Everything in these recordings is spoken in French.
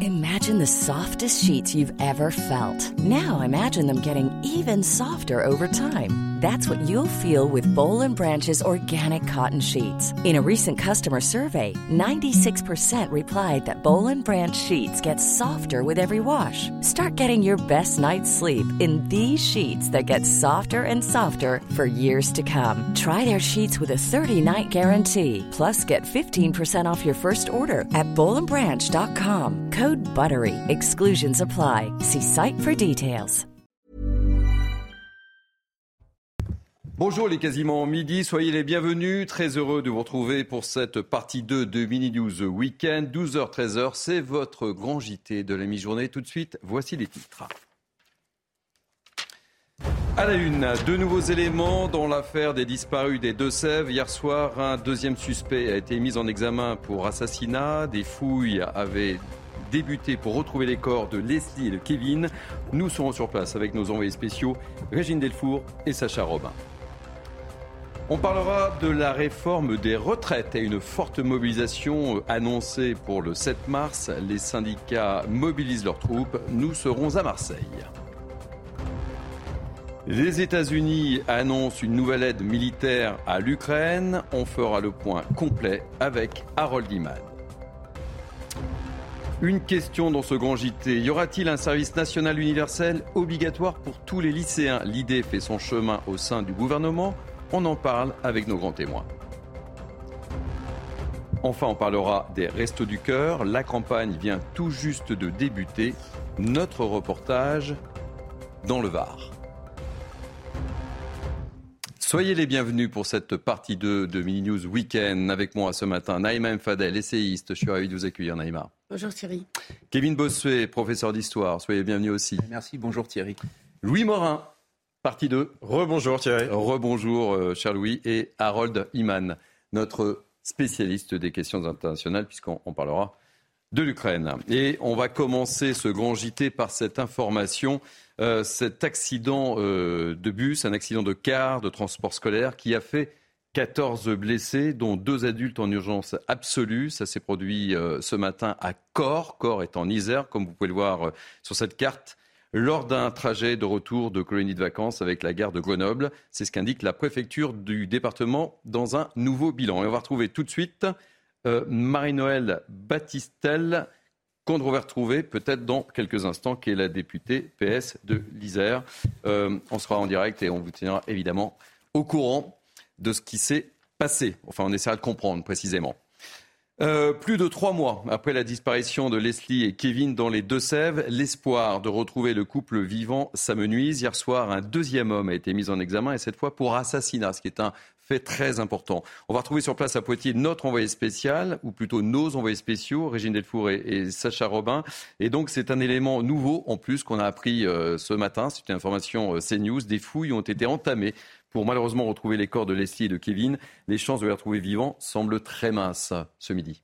Imagine the softest sheets you've ever felt. Now imagine them getting even softer over time. That's what you'll feel with Boll & Branch's organic cotton sheets. In a recent customer survey, 96% replied that Boll & Branch sheets get softer with every wash. Start getting your best night's sleep in these sheets that get softer and softer for years to come. Try their sheets with a 30-night guarantee. Plus, get 15% off your first order at bollandbranch.com. Code BUTTERY. Exclusions apply. See site for details. Bonjour les quasiment midi, soyez les bienvenus. Très heureux de vous retrouver pour cette partie 2 de Mini News Weekend. 12h, 13h, c'est votre grand JT de la mi-journée. Tout de suite, voici les titres. À la une, de nouveaux éléments dans l'affaire des disparus des Deux-Sèvres. Hier soir, un deuxième suspect a été mis en examen pour assassinat. Des fouilles avaient débuté pour retrouver les corps de Leslie et de Kevin. Nous serons sur place avec nos envoyés spéciaux, Régine Delfour et Sacha Robin. On parlera de la réforme des retraites et une forte mobilisation annoncée pour le 7 mars. Les syndicats mobilisent leurs troupes. Nous serons à Marseille. Les États-Unis annoncent une nouvelle aide militaire à l'Ukraine. On fera le point complet avec Harold Iman. Une question dans ce grand JT. Y aura-t-il un service national universel obligatoire pour tous les lycéens ? L'idée fait son chemin au sein du gouvernement. On en parle avec nos grands témoins. Enfin, on parlera des Restos du Cœur. La campagne vient tout juste de débuter. Notre reportage dans le Var. Soyez les bienvenus pour cette partie 2 de Mini News Weekend. Avec moi ce matin, Naïma Mfadel, essayiste. Je suis ravi de vous accueillir, Naïma. Bonjour Thierry. Kevin Bossuet, professeur d'histoire. Soyez bienvenus aussi. Merci, bonjour Thierry. Louis Morin. Partie 2. Rebonjour Thierry. Rebonjour cher Louis. Et Harold Iman, notre spécialiste des questions internationales, puisqu'on parlera de l'Ukraine. Et on va commencer ce grand JT par cette information, cet accident de bus, un accident de car, de transport scolaire, qui a fait 14 blessés, dont 2 adultes en urgence absolue. Ça s'est produit ce matin à Corps. Corps est en Isère, comme vous pouvez le voir sur cette carte, lors d'un trajet de retour de colonie de vacances avec la gare de Grenoble. C'est ce qu'indique la préfecture du département dans un nouveau bilan. Et on va retrouver tout de suite Marie-Noëlle Battistel, qu'on devrait retrouver peut-être dans quelques instants, qui est la députée PS de l'Isère. On sera en direct et on vous tiendra évidemment au courant de ce qui s'est passé. Enfin, on essaiera de comprendre précisément. Plus de 3 mois après la disparition de Leslie et Kevin dans les Deux-Sèvres, l'espoir de retrouver le couple vivant s'amenuise. Hier soir, un deuxième homme a été mis en examen, et cette fois pour assassinat, ce qui est un fait très important. On va retrouver sur place à Poitiers notre envoyé spécial, ou plutôt nos envoyés spéciaux, Régine Delfour et Sacha Robin. Et donc c'est un élément nouveau en plus qu'on a appris ce matin, c'est une information CNews. Des fouilles ont été entamées pour malheureusement retrouver les corps de Leslie et de Kevin. Les chances de les retrouver vivants semblent très minces ce midi.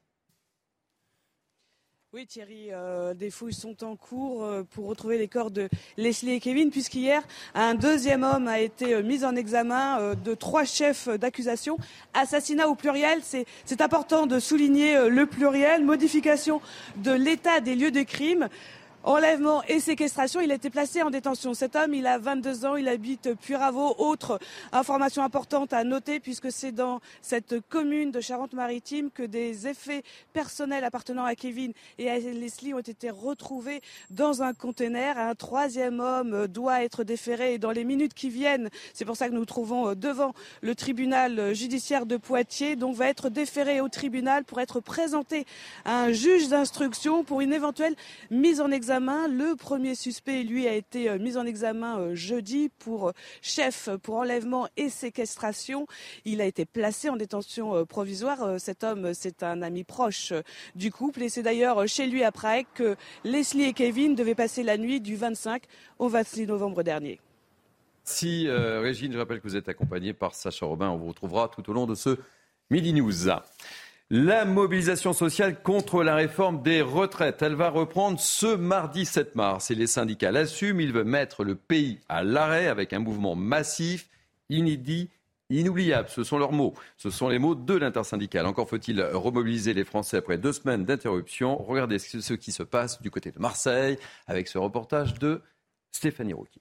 Oui Thierry, des fouilles sont en cours pour retrouver les corps de Leslie et Kevin, puisqu'hier, un deuxième homme a été mis en examen de 3 chefs d'accusation. Assassinat au pluriel, c'est important de souligner le pluriel. Modification de l'état des lieux de crime. Enlèvement et séquestration, il a été placé en détention. Cet homme, il a 22 ans, il habite Puyraveau. Autre information importante à noter, puisque c'est dans cette commune de Charente-Maritime que des effets personnels appartenant à Kevin et à Leslie ont été retrouvés dans un conteneur. Un 3e homme doit être déféré dans les minutes qui viennent. C'est pour ça que nous nous trouvons devant le tribunal judiciaire de Poitiers. Donc va être déféré au tribunal pour être présenté à un juge d'instruction pour une éventuelle mise en examen. Le premier suspect, lui, a été mis en examen jeudi pour chef pour enlèvement et séquestration. Il a été placé en détention provisoire. Cet homme, c'est un ami proche du couple, et c'est d'ailleurs chez lui à Prague que Leslie et Kevin devaient passer la nuit du 25 au 26 novembre dernier. Si Régine, je rappelle que vous êtes accompagnée par Sacha Robin. On vous retrouvera tout au long de ce Midi News. La mobilisation sociale contre la réforme des retraites, elle va reprendre ce mardi 7 mars. Et les syndicats l'assument, ils veulent mettre le pays à l'arrêt avec un mouvement massif, inédit inoubliable, ce sont leurs mots. Ce sont les mots de l'intersyndicale. Encore faut-il remobiliser les Français après 2 semaines d'interruption. Regardez ce qui se passe du côté de Marseille avec ce reportage de Stéphanie Rouquier.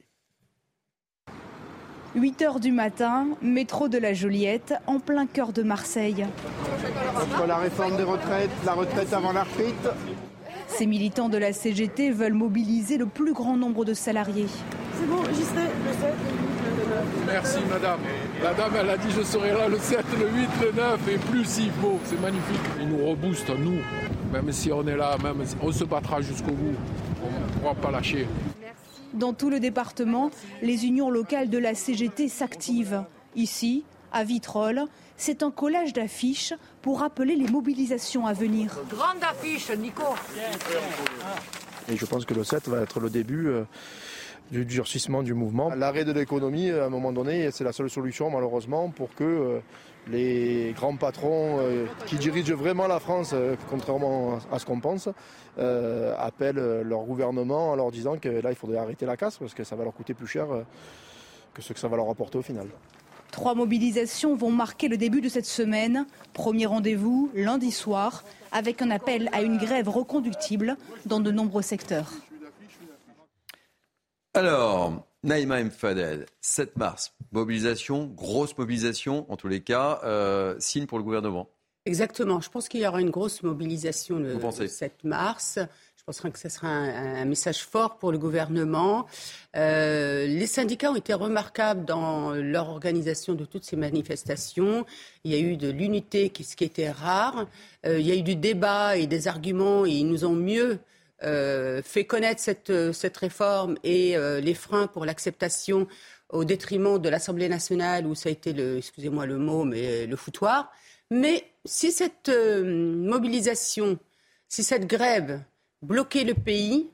8h du matin, métro de la Joliette, en plein cœur de Marseille. Entre la réforme des retraites, la retraite avant la retraite. Ces militants de la CGT veulent mobiliser le plus grand nombre de salariés. C'est bon, j'y serai le 7, le 9. Merci madame. La dame, elle a dit je serai là le 7, le 8, le 9 et plus s'il faut. C'est magnifique. Ils nous reboostent, nous. Même si on est là, même si on se battra jusqu'au bout. On ne pourra pas lâcher. Dans tout le département, les unions locales de la CGT s'activent. Ici, à Vitrolles, c'est un collage d'affiches pour rappeler les mobilisations à venir. Grande affiche, Nico. Et je pense que le 7 va être le début du durcissement du mouvement. L'arrêt de l'économie, à un moment donné, c'est la seule solution, malheureusement, pour que les grands patrons qui dirigent vraiment la France, contrairement à ce qu'on pense, appellent leur gouvernement en leur disant que là, il faudrait arrêter la casse parce que ça va leur coûter plus cher que ce que ça va leur apporter au final. 3 mobilisations vont marquer le début de cette semaine. Premier rendez-vous lundi soir, avec un appel à une grève reconductible dans de nombreux secteurs. Alors, Naïma M. Fadel, 7 mars, mobilisation, grosse mobilisation, en tous les cas, signe pour le gouvernement. Exactement, je pense qu'il y aura une grosse mobilisation le 7 mars. Je pense que ce sera un message fort pour le gouvernement. Les syndicats ont été remarquables dans leur organisation de toutes ces manifestations. Il y a eu de l'unité, ce qui était rare. Il y a eu du débat et des arguments et ils nous ont mieux fait connaître cette réforme et les freins pour l'acceptation au détriment de l'Assemblée nationale où ça a été, excusez-moi le mot, mais le foutoir. Mais si cette mobilisation, si cette grève bloquait le pays,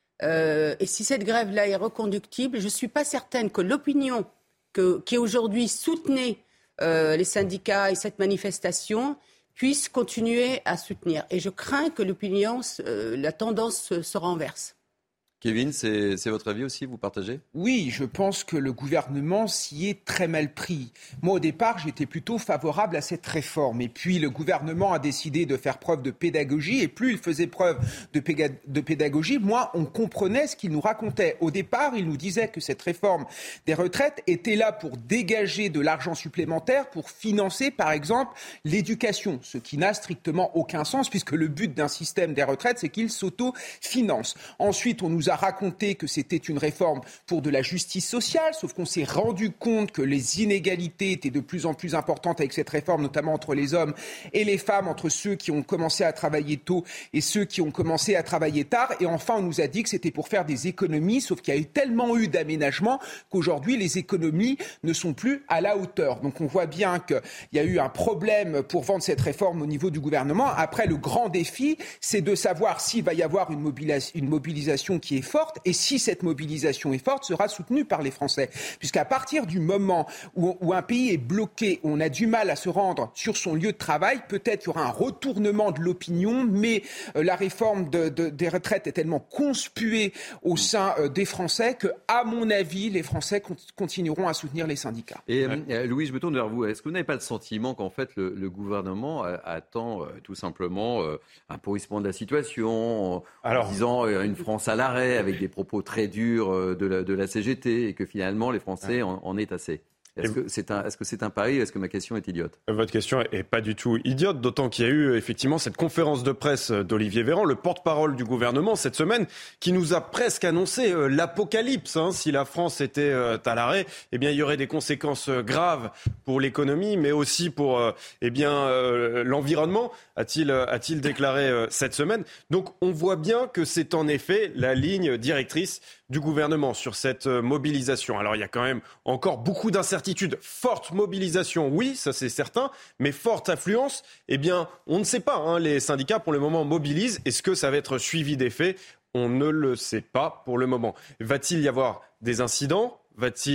et si cette grève-là est reconductible, je ne suis pas certaine que l'opinion qui aujourd'hui soutenait les syndicats et cette manifestation puisse continuer à soutenir. Et je crains que l'opinion, la tendance se renverse. Kevin, c'est votre avis aussi, vous partagez ? Oui, je pense que le gouvernement s'y est très mal pris. Moi, au départ, j'étais plutôt favorable à cette réforme. Et puis, le gouvernement a décidé de faire preuve de pédagogie. Et plus il faisait preuve de pédagogie, moins on comprenait ce qu'il nous racontait. Au départ, il nous disait que cette réforme des retraites était là pour dégager de l'argent supplémentaire pour financer, par exemple, l'éducation. Ce qui n'a strictement aucun sens, puisque le but d'un système des retraites, c'est qu'il s'auto-finance. Ensuite, on nous a raconté que c'était une réforme pour de la justice sociale, sauf qu'on s'est rendu compte que les inégalités étaient de plus en plus importantes avec cette réforme, notamment entre les hommes et les femmes, entre ceux qui ont commencé à travailler tôt et ceux qui ont commencé à travailler tard. Et enfin, on nous a dit que c'était pour faire des économies, sauf qu'il y a tellement eu d'aménagements qu'aujourd'hui, les économies ne sont plus à la hauteur. Donc on voit bien qu'il y a eu un problème pour vendre cette réforme au niveau du gouvernement. Après, le grand défi, c'est de savoir s'il va y avoir une mobilisation qui est forte et si cette mobilisation est forte, sera soutenue par les Français. Puisqu'à partir du moment où un pays est bloqué, où on a du mal à se rendre sur son lieu de travail, peut-être qu'il y aura un retournement de l'opinion, mais la réforme des retraites est tellement conspuée au sein des Français que, à mon avis, les Français continueront à soutenir les syndicats. Et Louis, je me tourne vers vous. Est-ce que vous n'avez pas le sentiment qu'en fait le gouvernement attend tout simplement un pourrissement de la situation en disant une France à l'arrêt avec des propos très durs de la CGT et que finalement les Français en aient assez? Est-ce que c'est un pari ou est-ce que ma question est idiote? Votre question est pas du tout idiote, d'autant qu'il y a eu effectivement cette conférence de presse d'Olivier Véran, le porte-parole du gouvernement cette semaine, qui nous a presque annoncé l'apocalypse. Si la France était à l'arrêt, eh bien il y aurait des conséquences graves pour l'économie, mais aussi pour l'environnement, a-t-il déclaré cette semaine. Donc on voit bien que c'est en effet la ligne directrice du gouvernement sur cette mobilisation. Alors il y a quand même encore beaucoup d'incertitudes. Forte mobilisation, oui, ça c'est certain, mais forte affluence, eh bien on ne sait pas. Les syndicats pour le moment mobilisent. Est-ce que ça va être suivi des faits ? On ne le sait pas pour le moment. Va-t-il y avoir des incidents ? Va-t-il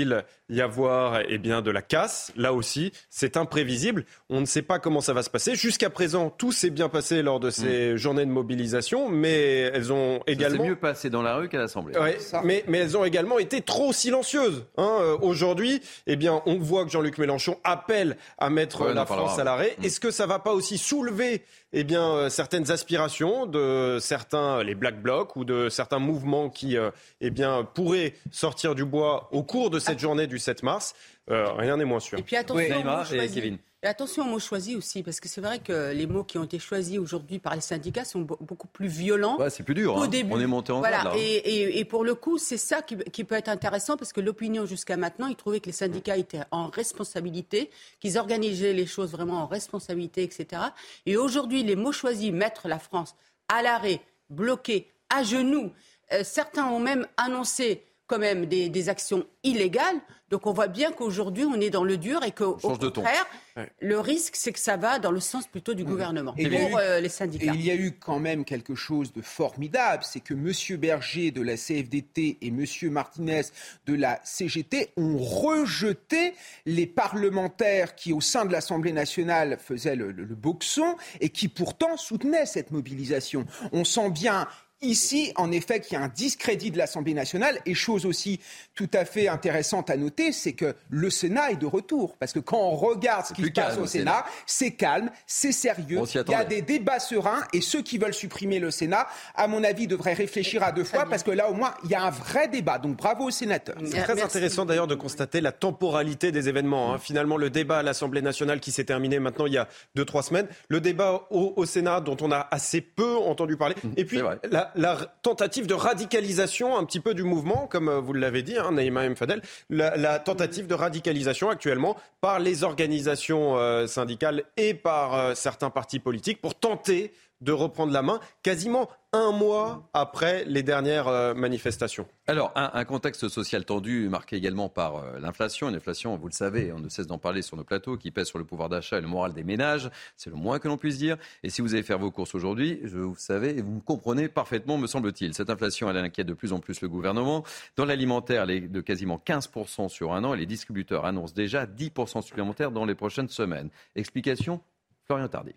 y avoir de la casse. Là aussi, c'est imprévisible. On ne sait pas comment ça va se passer. Jusqu'à présent, tout s'est bien passé lors de ces journées de mobilisation, mais elles ont également... C'est mieux passé dans la rue qu'à l'Assemblée. Ouais, mais elles ont également été trop silencieuses. Aujourd'hui, on voit que Jean-Luc Mélenchon appelle à mettre la France à l'arrêt. Est-ce que ça ne va pas aussi soulever certaines aspirations de certains, les Black Blocs ou de certains mouvements qui pourraient sortir du bois au cours de cette journée du 7 mars? Rien n'est moins sûr. Et puis attention, Naïma et Kevin. Et attention aux mots choisis aussi, parce que c'est vrai que les mots qui ont été choisis aujourd'hui par les syndicats sont beaucoup plus violents. Ouais, c'est plus dur. Au début. On est monté en grade, là. Et pour le coup, c'est ça qui peut être intéressant, parce que l'opinion jusqu'à maintenant, ils trouvaient que les syndicats étaient en responsabilité, qu'ils organisaient les choses vraiment en responsabilité, etc. Et aujourd'hui, les mots choisis, mettre la France à l'arrêt, bloquée, à genoux. Certains ont même annoncé quand même des actions illégales. Donc on voit bien qu'aujourd'hui, on est dans le dur et qu'au contraire, le risque, c'est que ça va dans le sens plutôt du gouvernement, et pour les syndicats. Et il y a eu quand même quelque chose de formidable, c'est que M. Berger de la CFDT et M. Martinez de la CGT ont rejeté les parlementaires qui, au sein de l'Assemblée nationale, faisaient le boxon et qui pourtant soutenaient cette mobilisation. On sent bien... Ici, en effet, qu'il y a un discrédit de l'Assemblée nationale. Et chose aussi tout à fait intéressante à noter, c'est que le Sénat est de retour. Parce que quand on regarde ce qui se passe au Sénat, c'est calme, c'est sérieux. Il y a des débats sereins. Et ceux qui veulent supprimer le Sénat, à mon avis, devraient réfléchir à deux fois. Parce que là, au moins, il y a un vrai débat. Donc bravo aux sénateurs. C'est très intéressant d'ailleurs de constater la temporalité des événements. Finalement, le débat à l'Assemblée nationale qui s'est terminé maintenant il y a 2-3 semaines. Le débat au Sénat dont on a assez peu entendu parler. Et puis la tentative de radicalisation un petit peu du mouvement, comme vous l'avez dit, Naïma M. Fadel, la tentative de radicalisation actuellement par les organisations syndicales et par certains partis politiques pour tenter de reprendre la main quasiment un mois après les dernières manifestations. Alors, un contexte social tendu marqué également par l'inflation. Une inflation, vous le savez, on ne cesse d'en parler sur nos plateaux, qui pèse sur le pouvoir d'achat et le moral des ménages. C'est le moins que l'on puisse dire. Et si vous allez faire vos courses aujourd'hui, vous savez et vous me comprenez parfaitement, me semble-t-il. Cette inflation, elle inquiète de plus en plus le gouvernement. Dans l'alimentaire, elle est de quasiment 15% sur un an et les distributeurs annoncent déjà 10% supplémentaires dans les prochaines semaines. Explication, Florian Tardif.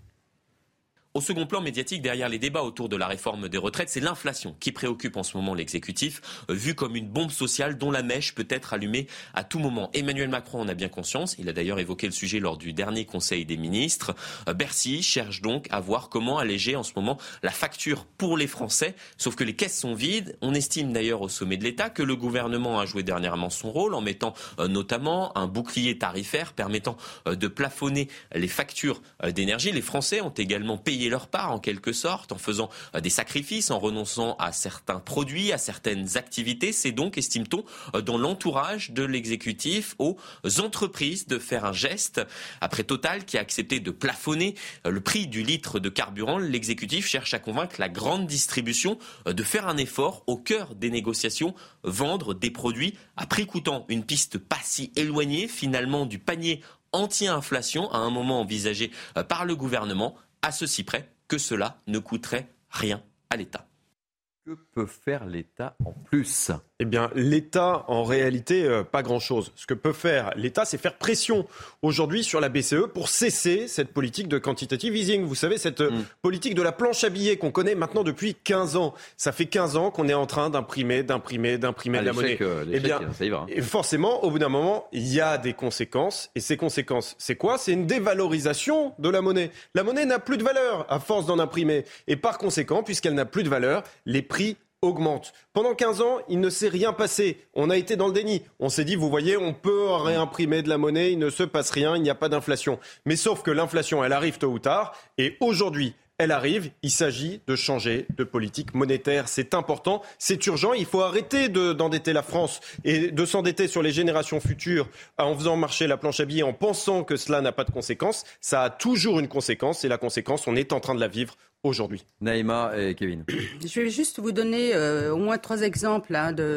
Au second plan médiatique, derrière les débats autour de la réforme des retraites, c'est l'inflation qui préoccupe en ce moment l'exécutif, vue comme une bombe sociale dont la mèche peut être allumée à tout moment. Emmanuel Macron en a bien conscience, il a d'ailleurs évoqué le sujet lors du dernier Conseil des ministres. Bercy cherche donc à voir comment alléger en ce moment la facture pour les Français, sauf que les caisses sont vides. On estime d'ailleurs au sommet de l'État que le gouvernement a joué dernièrement son rôle en mettant notamment un bouclier tarifaire permettant de plafonner les factures d'énergie. Les Français ont également payé leur part en quelque sorte, en faisant des sacrifices, en renonçant à certains produits, à certaines activités. C'est donc, estime-t-on, dans l'entourage de l'exécutif aux entreprises de faire un geste. Après Total qui a accepté de plafonner le prix du litre de carburant, l'exécutif cherche à convaincre la grande distribution de faire un effort au cœur des négociations, vendre des produits à prix coûtant. Une piste pas si éloignée finalement du panier anti-inflation à un moment envisagé par le gouvernement, à ceci près que cela ne coûterait rien à l'État. Que peut faire l'État en plus ? Eh bien, l'État, en réalité, pas grand-chose. Ce que peut faire l'État, c'est faire pression aujourd'hui sur la BCE pour cesser cette politique de quantitative easing. Vous savez, cette politique de la planche à billets qu'on connaît maintenant depuis 15 ans. Ça fait 15 ans qu'on est en train d'imprimer de la monnaie. Eh bien, ça y va. Et forcément, au bout d'un moment, il y a des conséquences. Et ces conséquences, c'est quoi ? C'est une dévalorisation de la monnaie. La monnaie n'a plus de valeur à force d'en imprimer. Et par conséquent, puisqu'elle n'a plus de valeur, les prix augmente. Pendant 15 ans, il ne s'est rien passé. On a été dans le déni. On s'est dit, vous voyez, on peut réimprimer de la monnaie, il ne se passe rien, il n'y a pas d'inflation. Mais sauf que l'inflation, elle arrive tôt ou tard. Et aujourd'hui, elle arrive. Il s'agit de changer de politique monétaire. C'est important, c'est urgent. Il faut arrêter d'endetter la France et de s'endetter sur les générations futures en faisant marcher la planche à billets, en pensant que cela n'a pas de conséquences. Ça a toujours une conséquence. Et la conséquence, on est en train de la vivre aujourd'hui. Naïma et Kevin. Je vais juste vous donner au moins 3 exemples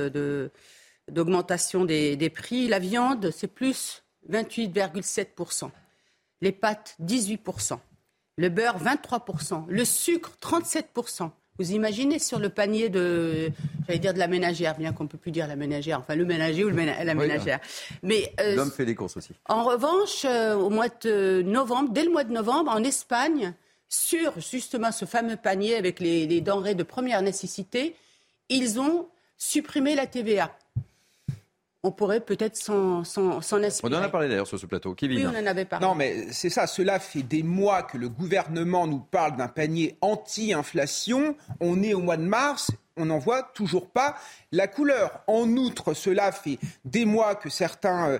d'augmentation des prix. La viande, c'est plus 28,7%. Les pâtes, 18%. Le beurre, 23%. Le sucre, 37%. Vous imaginez sur le panier de la ménagère, bien qu'on ne peut plus dire la ménagère, enfin le ménager ou la ménagère. Mais, l'homme fait les courses aussi. En revanche, au mois de novembre, dès le mois de novembre, en Espagne, sur justement ce fameux panier avec les denrées de première nécessité, ils ont supprimé la TVA. On pourrait peut-être s'en inspirer. On en a parlé d'ailleurs sur ce plateau. Kevin. Oui, on en avait parlé. Non, mais c'est ça. Cela fait des mois que le gouvernement nous parle d'un panier anti-inflation. On est au mois de mars. On n'en voit toujours pas la couleur. En outre, cela fait des mois que certaines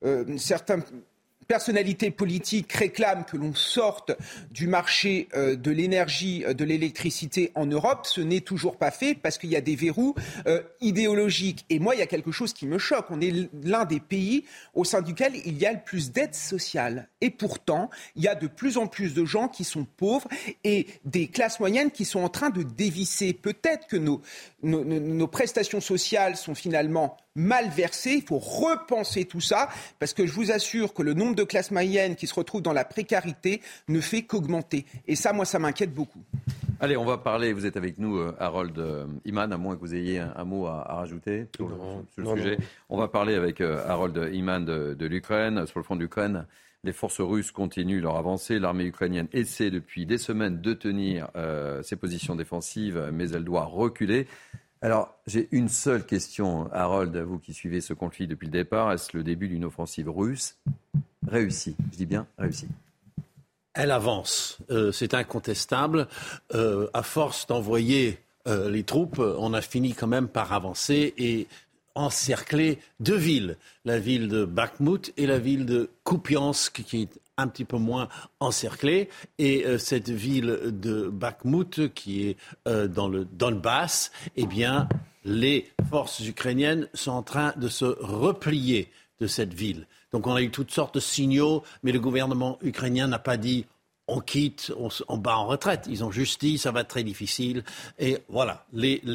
personnalités politiques réclament que l'on sorte du marché de l'énergie, de l'électricité en Europe. Ce n'est toujours pas fait parce qu'il y a des verrous idéologiques. Et moi, il y a quelque chose qui me choque. On est l'un des pays au sein duquel il y a le plus d'aide sociale. Et pourtant, il y a de plus en plus de gens qui sont pauvres et des classes moyennes qui sont en train de dévisser. Peut-être que nos prestations sociales sont finalement mal versées. Il faut repenser tout ça parce que je vous assure que le nombre de classes moyennes qui se retrouvent dans la précarité ne fait qu'augmenter. Et ça, moi, ça m'inquiète beaucoup. Allez, on va parler, vous êtes avec nous, Harold Iman, à moins que vous ayez un mot à rajouter sur le sujet. Non. On va parler avec Harold Iman de l'Ukraine. Sur le front de l'Ukraine, les forces russes continuent leur avancée. L'armée ukrainienne essaie depuis des semaines de tenir ses positions défensives, mais elle doit reculer. Alors, j'ai une seule question, Harold, vous qui suivez ce conflit depuis le départ. Est-ce le début d'une offensive russe réussie ? Je dis bien réussie. Elle avance, c'est incontestable. À force d'envoyer les troupes, on a fini quand même par avancer et encercler deux villes, la ville de Bakhmout et la ville de Kupiansk, qui est un petit peu moins encerclée. Et cette ville de Bakhmout, qui est dans le Donbass, eh bien, les forces ukrainiennes sont en train de se replier de cette ville. Donc on a eu toutes sortes de signaux, mais le gouvernement ukrainien n'a pas dit on quitte, on bat en retraite. Ils ont juste dit ça va être très difficile. Et voilà,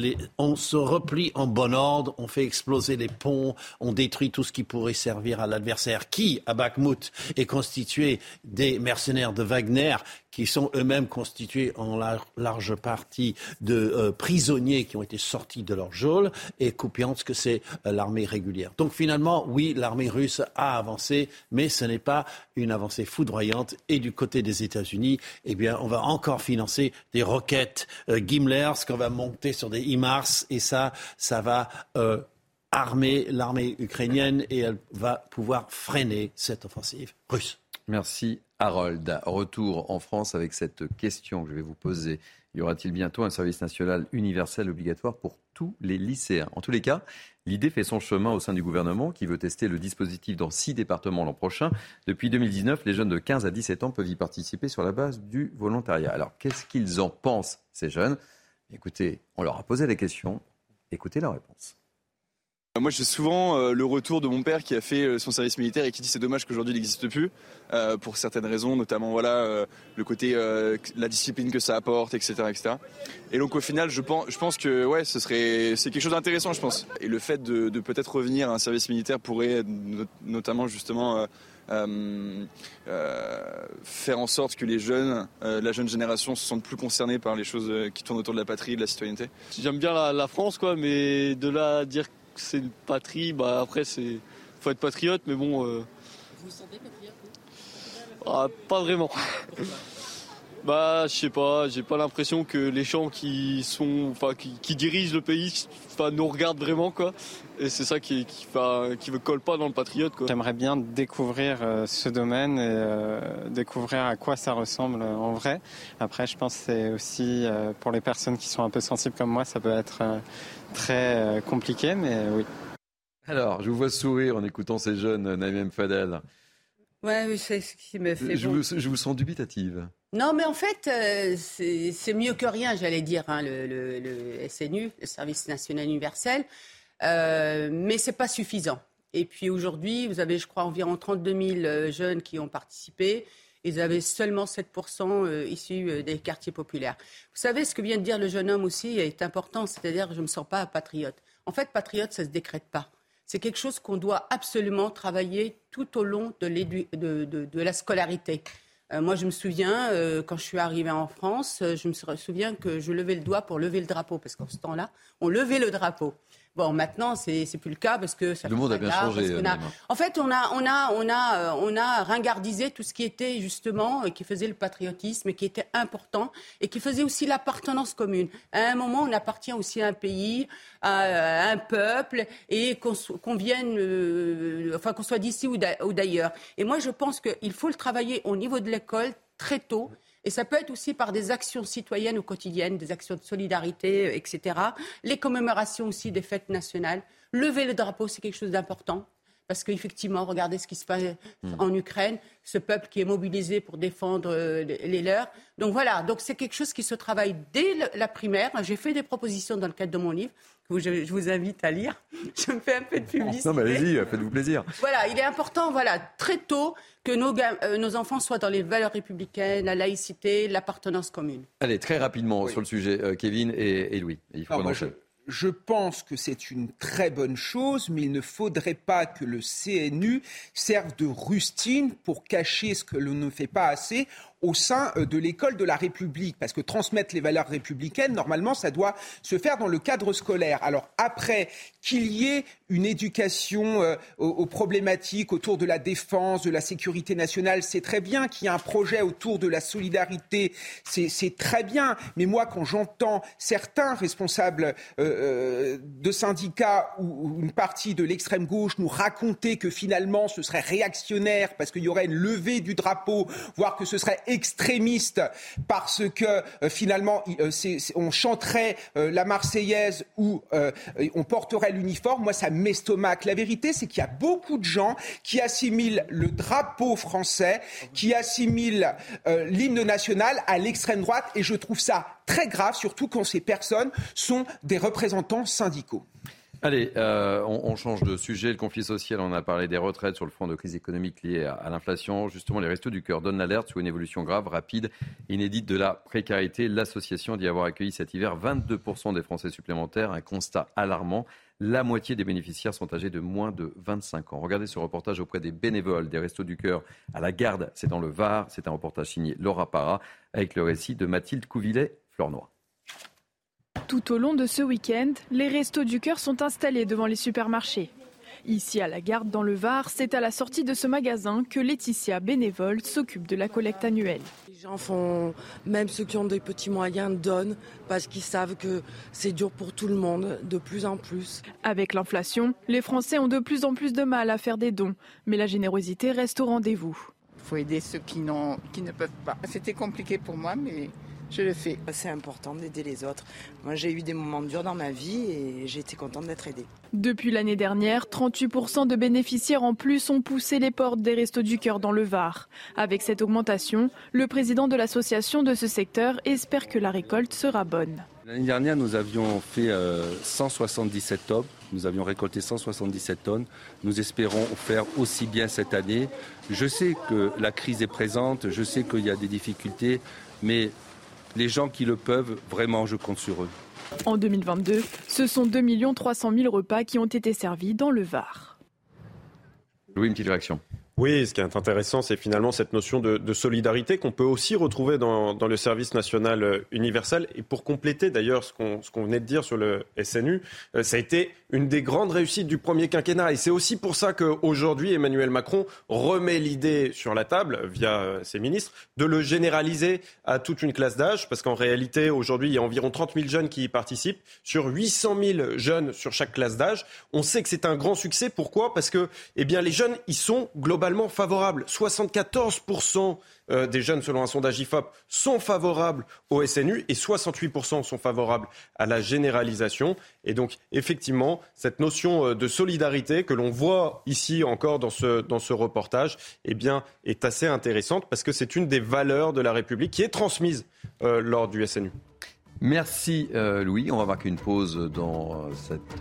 on se replie en bon ordre, on fait exploser les ponts, on détruit tout ce qui pourrait servir à l'adversaire, qui, à Bakhmout, est constitué des mercenaires de Wagner, qui sont eux-mêmes constitués en large partie de prisonniers qui ont été sortis de leur geôle, et Kupiansk, c'est l'armée régulière. Donc finalement, oui, l'armée russe a avancé, mais ce n'est pas une avancée foudroyante. Et du côté des États-Unis, eh bien, on va encore financer des roquettes Gimler, qu'on va monter sur des HIMARS, et ça va armer l'armée ukrainienne, et elle va pouvoir freiner cette offensive russe. Merci Harold. Retour en France avec cette question que je vais vous poser. Y aura-t-il bientôt un service national universel obligatoire pour tous les lycéens ? En tous les cas, l'idée fait son chemin au sein du gouvernement qui veut tester le dispositif dans 6 départements l'an prochain. Depuis 2019, les jeunes de 15 à 17 ans peuvent y participer sur la base du volontariat. Alors, qu'est-ce qu'ils en pensent, ces jeunes ? Écoutez, on leur a posé la question. Écoutez leur réponse. Moi, j'ai souvent le retour de mon père qui a fait son service militaire et qui dit c'est dommage qu'aujourd'hui il n'existe plus pour certaines raisons, notamment le côté la discipline que ça apporte, etc., etc. Et donc au final, je pense que ouais, c'est quelque chose d'intéressant, je pense. Et le fait de peut-être revenir à un service militaire pourrait notamment justement faire en sorte que les jeunes, la jeune génération, se sentent plus concernés par les choses qui tournent autour de la patrie et de la citoyenneté. J'aime bien la France, quoi, mais de là à dire c'est une patrie, bah après faut être patriote, mais bon. Vous vous sentez patriote ? Pas vraiment. Bah je sais pas, j'ai pas l'impression que les gens qui dirigent le pays, nous regardent vraiment, quoi. Et c'est ça qui me colle pas dans le patriote, quoi. J'aimerais bien découvrir ce domaine et découvrir à quoi ça ressemble en vrai. Après, je pense que c'est aussi pour les personnes qui sont un peu sensibles comme moi, ça peut être très compliqué, mais oui. Alors, je vous vois sourire en écoutant ces jeunes, Naïm Fadel. Oui, c'est ce qui me fait je vous sens dubitative. Non, mais en fait, c'est mieux que rien, j'allais dire, hein, le SNU, le Service National Universel, mais c'est pas suffisant. Et puis aujourd'hui, vous avez, je crois, environ 32 000 jeunes qui ont participé. Et vous avez seulement 7% issus des quartiers populaires. Vous savez, ce que vient de dire le jeune homme aussi est important, c'est-à-dire que je ne me sens pas patriote. En fait, patriote, ça ne se décrète pas. C'est quelque chose qu'on doit absolument travailler tout au long de la scolarité. Moi, je me souviens, quand je suis arrivée en France, je me souviens que je levais le doigt pour lever le drapeau, parce qu'en ce temps-là, on levait le drapeau. Bon, maintenant, c'est plus le cas parce que ça. Le monde a bien changé. En fait, on a ringardisé tout ce qui était justement, qui faisait le patriotisme et qui était important et qui faisait aussi l'appartenance commune. À un moment, on appartient aussi à un pays, à un peuple, et qu'on soit d'ici ou d'ailleurs. Et moi, je pense qu'il faut le travailler au niveau de l'école très tôt. Et ça peut être aussi par des actions citoyennes ou quotidiennes, des actions de solidarité, etc. Les commémorations aussi des fêtes nationales. Lever le drapeau, c'est quelque chose d'important. Parce qu'effectivement, regardez ce qui se passe en Ukraine, ce peuple qui est mobilisé pour défendre les leurs. Donc voilà, donc c'est quelque chose qui se travaille dès la primaire. J'ai fait des propositions dans le cadre de mon livre, que je vous invite à lire. Je me fais un peu de publicité. Non, mais allez-y, faites-vous plaisir. Voilà, il est important, très tôt, que nos enfants soient dans les valeurs républicaines, la laïcité, l'appartenance commune. Allez, très rapidement sur le sujet, Kevin et Louis. Il faut Je pense que c'est une très bonne chose, mais il ne faudrait pas que le CNU serve de rustine pour cacher ce que l'on ne fait pas assez au sein de l'école de la République. Parce que transmettre les valeurs républicaines, normalement, ça doit se faire dans le cadre scolaire. Alors après, qu'il y ait une éducation aux problématiques autour de la défense, de la sécurité nationale, c'est très bien. Qu'il y ait un projet autour de la solidarité, c'est très bien. Mais moi, quand j'entends certains responsables de syndicats ou une partie de l'extrême gauche nous raconter que finalement ce serait réactionnaire parce qu'il y aurait une levée du drapeau, voire que ce serait extrémiste parce que finalement on chanterait la Marseillaise ou on porterait l'uniforme, moi ça m'estomaque. La vérité, c'est qu'il y a beaucoup de gens qui assimilent le drapeau français, qui assimilent l'hymne national à l'extrême droite, et je trouve ça très grave, surtout quand ces personnes sont des représentants syndicaux. Allez, on change de sujet. Le conflit social, on a parlé des retraites sur le front de crise économique liée à l'inflation. Justement, les Restos du Cœur donnent l'alerte sur une évolution grave, rapide, inédite de la précarité. L'association dit avoir accueilli cet hiver 22% des Français supplémentaires. Un constat alarmant. La moitié des bénéficiaires sont âgés de moins de 25 ans. Regardez ce reportage auprès des bénévoles des Restos du Cœur à la Garde. C'est dans le Var. C'est un reportage signé Laura Parra avec le récit de Mathilde Couvillet-Flornoy. Tout au long de ce week-end, les Restos du Cœur sont installés devant les supermarchés. Ici, à la Garde, dans le Var, c'est à la sortie de ce magasin que Laetitia, bénévole, s'occupe de la collecte annuelle. Les gens font, même ceux qui ont des petits moyens, donnent parce qu'ils savent que c'est dur pour tout le monde, de plus en plus. Avec l'inflation, les Français ont de plus en plus de mal à faire des dons, mais la générosité reste au rendez-vous. Il faut aider ceux qui ne peuvent pas. C'était compliqué pour moi, mais je le fais. C'est important d'aider les autres. Moi, j'ai eu des moments durs dans ma vie et j'ai été contente d'être aidée. Depuis l'année dernière, 38% de bénéficiaires en plus ont poussé les portes des Restos du Cœur dans le Var. Avec cette augmentation, le président de l'association de ce secteur espère que la récolte sera bonne. L'année dernière, nous avions fait 177 tonnes. Nous avions récolté 177 tonnes. Nous espérons faire aussi bien cette année. Je sais que la crise est présente, je sais qu'il y a des difficultés, mais les gens qui le peuvent, vraiment, je compte sur eux. En 2022, ce sont 2 300 000 repas qui ont été servis dans le Var. Louis, une petite réaction. Oui, ce qui est intéressant, c'est finalement cette notion de solidarité qu'on peut aussi retrouver dans le service national universel. Et pour compléter d'ailleurs ce qu'on venait de dire sur le SNU, ça a été une des grandes réussites du premier quinquennat. Et c'est aussi pour ça qu'aujourd'hui, Emmanuel Macron remet l'idée sur la table, via ses ministres, de le généraliser à toute une classe d'âge. Parce qu'en réalité, aujourd'hui, il y a environ 30 000 jeunes qui y participent, sur 800 000 jeunes sur chaque classe d'âge. On sait que c'est un grand succès. Pourquoi ? Parce que les jeunes, ils sont globalement favorables. 74% des jeunes, selon un sondage IFOP, sont favorables au SNU et 68% sont favorables à la généralisation. Et donc, effectivement, cette notion de solidarité que l'on voit ici encore dans ce reportage, est assez intéressante parce que c'est une des valeurs de la République qui est transmise lors du SNU. Merci Louis. On va marquer une pause dans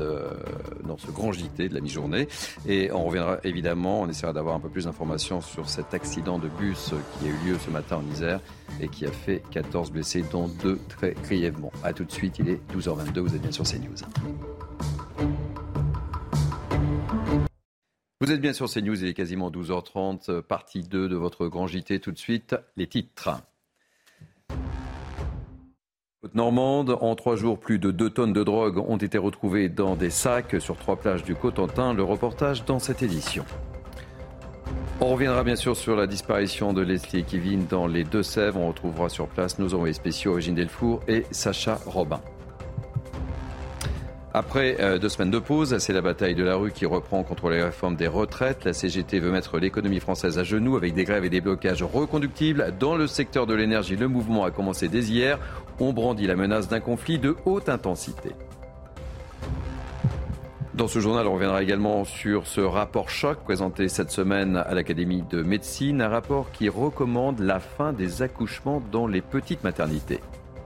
ce grand JT de la mi-journée. Et on reviendra évidemment, on essaiera d'avoir un peu plus d'informations sur cet accident de bus qui a eu lieu ce matin en Isère et qui a fait 14 blessés, dont 2 très grièvement. A tout de suite, il est 12h22, vous êtes bien sur CNews. Vous êtes bien sur CNews, il est quasiment 12h30, partie 2 de votre grand JT. Tout de suite, les titres. Côte-Normande, en 3 jours, plus de 2 tonnes de drogue ont été retrouvées dans des sacs sur 3 plages du Cotentin. Le reportage dans cette édition. On reviendra bien sûr sur la disparition de Leslie et Kevin dans les Deux-Sèvres. On retrouvera sur place nos envoyés spéciaux Régine Delfour et Sacha Robin. Après 2 semaines de pause, c'est la bataille de la rue qui reprend contre les réformes des retraites. La CGT veut mettre l'économie française à genoux avec des grèves et des blocages reconductibles. Dans le secteur de l'énergie, le mouvement a commencé dès hier. On brandit la menace d'un conflit de haute intensité. Dans ce journal, on reviendra également sur ce rapport choc présenté cette semaine à l'Académie de médecine. Un rapport qui recommande la fin des accouchements dans les petites maternités.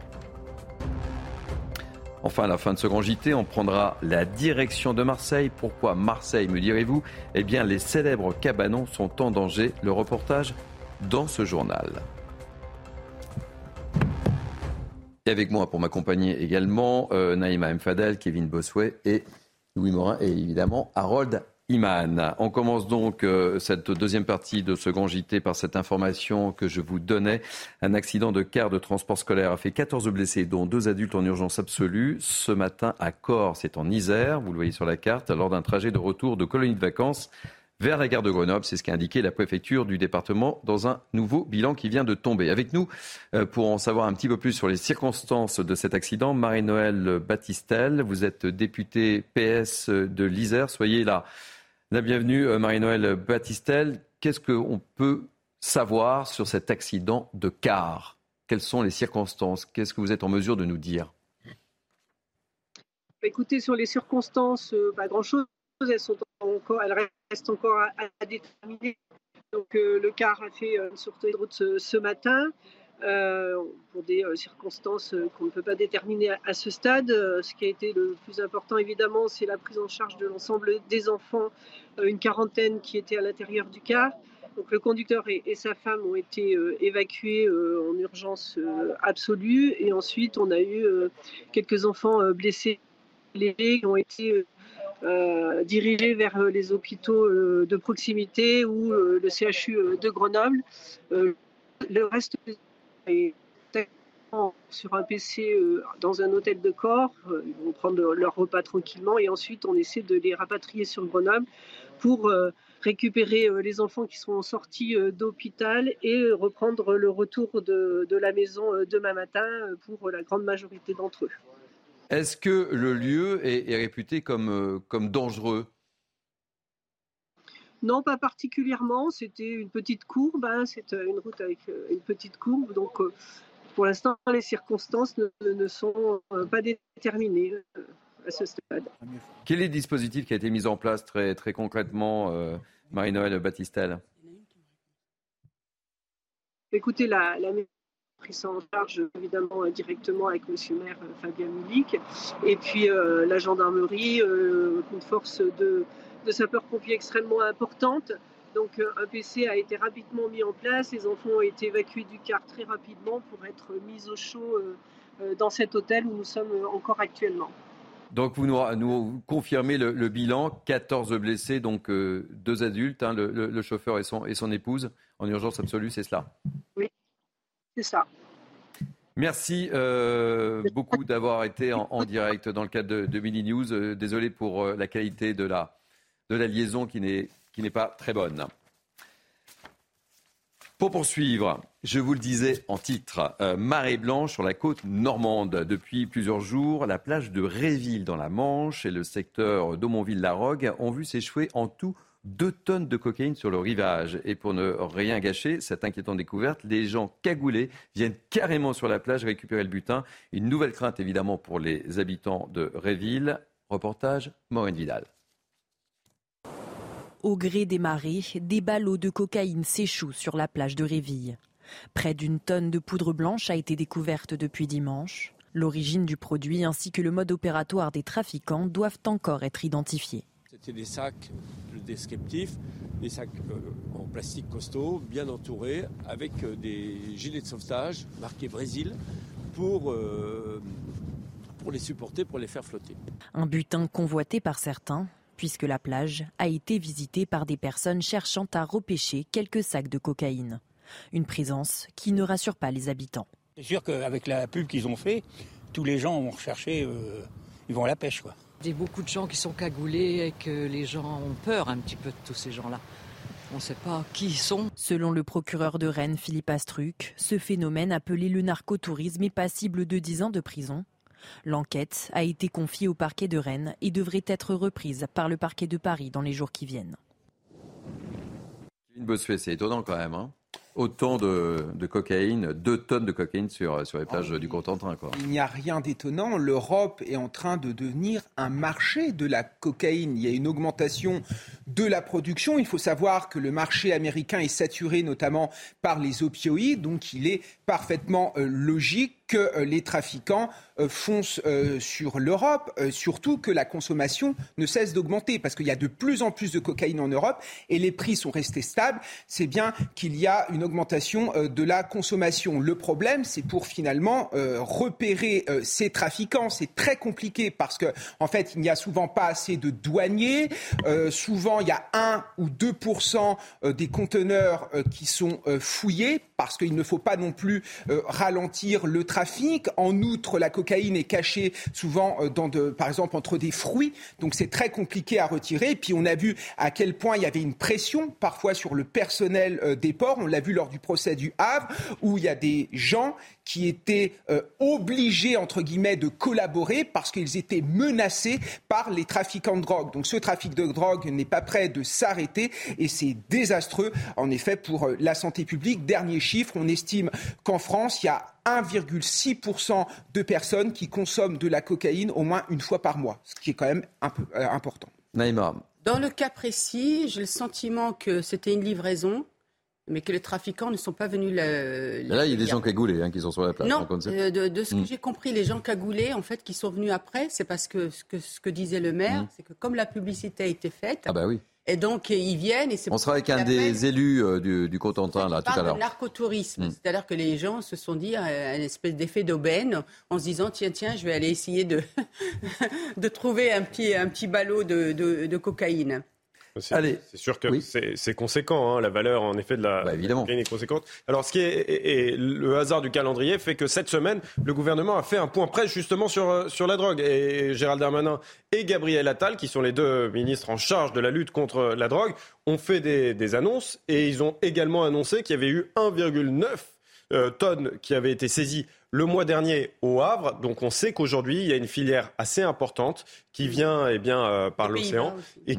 Enfin, à la fin de ce grand JT, on prendra la direction de Marseille. Pourquoi Marseille, me direz-vous ? Eh bien, les célèbres cabanons sont en danger. Le reportage dans ce journal. Et avec moi pour m'accompagner également, Naïma M. Fadel, Kevin Bossuet et Louis Morin et évidemment Harold Iman. On commence donc cette deuxième partie de ce grand JT par cette information que je vous donnais. Un accident de car de transport scolaire a fait 14 blessés, dont 2 adultes en urgence absolue. Ce matin à Corps, c'est en Isère, vous le voyez sur la carte, lors d'un trajet de retour de colonie de vacances vers la gare de Grenoble. C'est ce qu'a indiqué la préfecture du département dans un nouveau bilan qui vient de tomber. Avec nous, pour en savoir un petit peu plus sur les circonstances de cet accident, Marie-Noëlle Battistel, vous êtes députée PS de l'Isère. Soyez la bienvenue, Marie-Noëlle Battistel. Qu'est-ce qu'on peut savoir sur cet accident de car ? Quelles sont les circonstances ? Qu'est-ce que vous êtes en mesure de nous dire ? Écoutez, sur les circonstances, pas grand-chose. Elles restent encore à déterminer. Donc le car a fait une sortie de route ce matin pour des circonstances qu'on ne peut pas déterminer à ce stade. Ce qui a été le plus important, évidemment, c'est la prise en charge de l'ensemble des enfants, une quarantaine qui étaient à l'intérieur du car. Donc le conducteur et sa femme ont été évacués en urgence absolue. Et ensuite, on a eu quelques enfants blessés légers qui ont été dirigés vers les hôpitaux de proximité ou le CHU de Grenoble. Le reste est sur un PC dans un hôtel de Corps. Ils vont prendre leur repas tranquillement et ensuite on essaie de les rapatrier sur Grenoble pour récupérer les enfants qui seront sortis d'hôpital et reprendre le retour de la maison demain matin pour la grande majorité d'entre eux. Est-ce que le lieu est réputé comme dangereux ? Non, pas particulièrement. C'était une petite courbe. C'est une route avec une petite courbe. Donc, pour l'instant, les circonstances ne sont pas déterminées à ce stade. Quel est le dispositif qui a été mis en place très, très concrètement, Marie-Noëlle Battistel ? Écoutez, la pris ça en charge évidemment directement avec monsieur le maire Fabien Milik et puis la gendarmerie, une force de sapeurs-pompiers extrêmement importante. Donc un PC a été rapidement mis en place, les enfants ont été évacués du car très rapidement pour être mis au chaud dans cet hôtel où nous sommes encore actuellement. Donc vous nous confirmez le bilan, 14 blessés, donc 2 adultes, le chauffeur et son épouse en urgence absolue, c'est cela ? Oui. C'est ça. Merci beaucoup d'avoir été en direct dans le cadre de Mini News. Désolé pour la qualité de la liaison qui n'est pas très bonne. Pour poursuivre, je vous le disais en titre, marée blanche sur la côte normande. Depuis plusieurs jours, la plage de Réville dans la Manche et le secteur d'Aumonville-la-Rogue ont vu s'échouer en tout 2 tonnes de cocaïne sur le rivage. Et pour ne rien gâcher, cette inquiétante découverte, les gens cagoulés viennent carrément sur la plage récupérer le butin. Une nouvelle crainte évidemment pour les habitants de Réville. Reportage Maureen Vidal. Au gré des marées, des ballots de cocaïne s'échouent sur la plage de Réville. Près d'1 tonne de poudre blanche a été découverte depuis dimanche. L'origine du produit ainsi que le mode opératoire des trafiquants doivent encore être identifiés. C'était des sacs descriptifs, des sacs en plastique costaud, bien entourés, avec des gilets de sauvetage marqués Brésil pour les supporter, pour les faire flotter. Un butin convoité par certains, puisque la plage a été visitée par des personnes cherchant à repêcher quelques sacs de cocaïne. Une présence qui ne rassure pas les habitants. C'est sûr qu'avec la pub qu'ils ont fait, tous les gens vont rechercher, ils vont à la pêche, quoi. Il y a beaucoup de gens qui sont cagoulés et que les gens ont peur un petit peu de tous ces gens-là. On ne sait pas qui ils sont. Selon le procureur de Rennes, Philippe Astruc, ce phénomène appelé le narcotourisme est passible de 10 ans de prison. L'enquête a été confiée au parquet de Rennes et devrait être reprise par le parquet de Paris dans les jours qui viennent. Une Bossuet, c'est étonnant quand même, hein. Autant de cocaïne, 2 tonnes de cocaïne sur les plages du Cotentin, quoi. Il n'y a rien d'étonnant. L'Europe est en train de devenir un marché de la cocaïne. Il y a une augmentation de la production. Il faut savoir que le marché américain est saturé notamment par les opioïdes. Donc il est parfaitement logique que les trafiquants foncent sur l'Europe, surtout que la consommation ne cesse d'augmenter parce qu'il y a de plus en plus de cocaïne en Europe et les prix sont restés stables. C'est bien qu'il y a une augmentation de la consommation. Le problème, c'est pour finalement repérer ces trafiquants. C'est très compliqué parce que, en fait, il n'y a souvent pas assez de douaniers. Souvent, il y a 1 ou 2% des conteneurs qui sont fouillés parce qu'il ne faut pas non plus ralentir le trafic. En outre, la cocaïne est cachée souvent par exemple entre des fruits, donc c'est très compliqué à retirer. Et puis on a vu à quel point il y avait une pression parfois sur le personnel des ports. On l'a vu lors du procès du Havre, où il y a des gens qui étaient obligés, entre guillemets, de collaborer parce qu'ils étaient menacés par les trafiquants de drogue. Donc ce trafic de drogue n'est pas prêt de s'arrêter et c'est désastreux, en effet, pour la santé publique. Dernier chiffre, on estime qu'en France, il y a 1,6% de personnes qui consomment de la cocaïne au moins une fois par mois, ce qui est quand même un peu important. Naïma. Dans le cas précis, j'ai le sentiment que c'était une livraison, mais que les trafiquants ne sont pas venus là, il y a des gens cagoulés qui sont sur la plage. Non, de ce que j'ai compris, les gens cagoulés, en fait, qui sont venus après, c'est parce que ce que disait le maire, c'est que comme la publicité a été faite... Ah bah oui. Et donc, ils viennent... Et c'est on sera avec un des élus du Cotentin, là, tout à l'heure. De narcotourisme. C'est-à-dire que les gens se sont dit un espèce d'effet d'aubaine en se disant, tiens, je vais aller essayer de trouver un petit ballot de cocaïne. C'est sûr que c'est conséquent, la valeur en effet de la cocaïne est conséquente. Alors ce qui est le hasard du calendrier fait que cette semaine, le gouvernement a fait un point presse justement sur la drogue. Et Gérald Darmanin et Gabriel Attal, qui sont les 2 ministres en charge de la lutte contre la drogue, ont fait des annonces et ils ont également annoncé qu'il y avait eu 1,9 tonnes qui avaient été saisies le mois dernier au Havre. Donc on sait qu'aujourd'hui, il y a une filière assez importante qui vient par l'océan et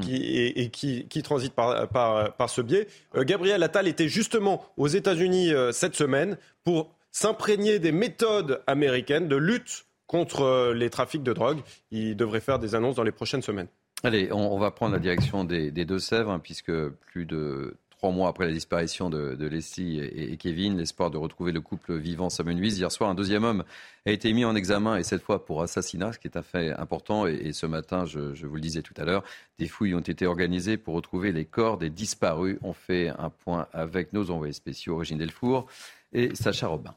qui transite par ce biais. Gabriel Attal était justement aux États-Unis cette semaine pour s'imprégner des méthodes américaines de lutte contre les trafics de drogue. Il devrait faire des annonces dans les prochaines semaines. Allez, on va prendre la direction des Deux-Sèvres, puisque plus de 3 mois après la disparition de Leslie et Kevin, l'espoir de retrouver le couple vivant s'amenuise. Hier soir, un 2e homme a été mis en examen, et cette fois pour assassinat, ce qui est un fait important. Et ce matin, je vous le disais tout à l'heure, des fouilles ont été organisées pour retrouver les corps des disparus. On fait un point avec nos envoyés spéciaux, Régine Delfour et Sacha Robin.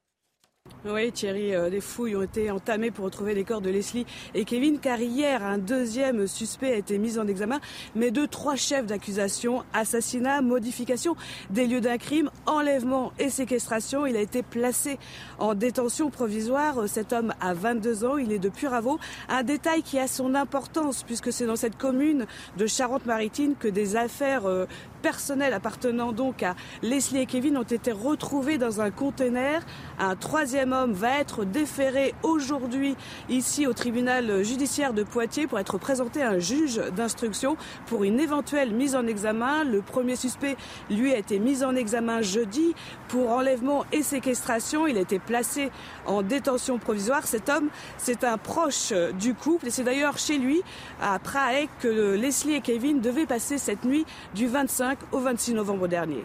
Oui, Thierry, des fouilles ont été entamées pour retrouver les corps de Leslie et Kevin, car hier, un 2e suspect a été mis en examen, mais de 3 chefs d'accusation: assassinat, modification des lieux d'un crime, enlèvement et séquestration. Il a été placé en détention provisoire. Cet homme a 22 ans, il est de Puraveau. Un détail qui a son importance, puisque c'est dans cette commune de Charente-Maritime que des affaires personnelles appartenant donc à Leslie et Kevin ont été retrouvées dans un conteneur. Un 3e homme va être déféré aujourd'hui ici au tribunal judiciaire de Poitiers pour être présenté à un juge d'instruction pour une éventuelle mise en examen. Le premier suspect, lui, a été mis en examen jeudi pour enlèvement et séquestration. Il a été placé en détention provisoire. Cet homme, c'est un proche du couple et c'est d'ailleurs chez lui, à Prague, que Leslie et Kevin devaient passer cette nuit du 25 au 26 novembre dernier.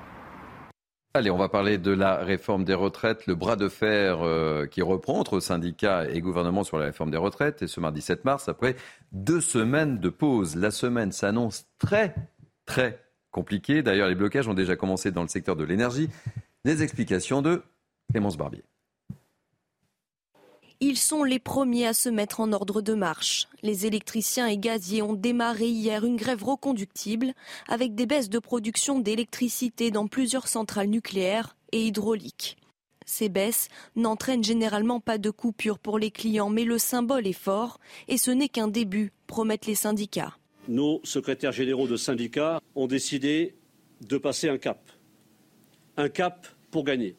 Allez, on va parler de la réforme des retraites, le bras de fer qui reprend entre syndicats et gouvernement sur la réforme des retraites. Et ce mardi 7 mars, après 2 semaines de pause, la semaine s'annonce très, très compliquée. D'ailleurs, les blocages ont déjà commencé dans le secteur de l'énergie. Les explications de Clémence Barbier. Ils sont les premiers à se mettre en ordre de marche. Les électriciens et gaziers ont démarré hier une grève reconductible avec des baisses de production d'électricité dans plusieurs centrales nucléaires et hydrauliques. Ces baisses n'entraînent généralement pas de coupure pour les clients, mais le symbole est fort et ce n'est qu'un début, promettent les syndicats. Nos secrétaires généraux de syndicats ont décidé de passer un cap. Un cap pour gagner.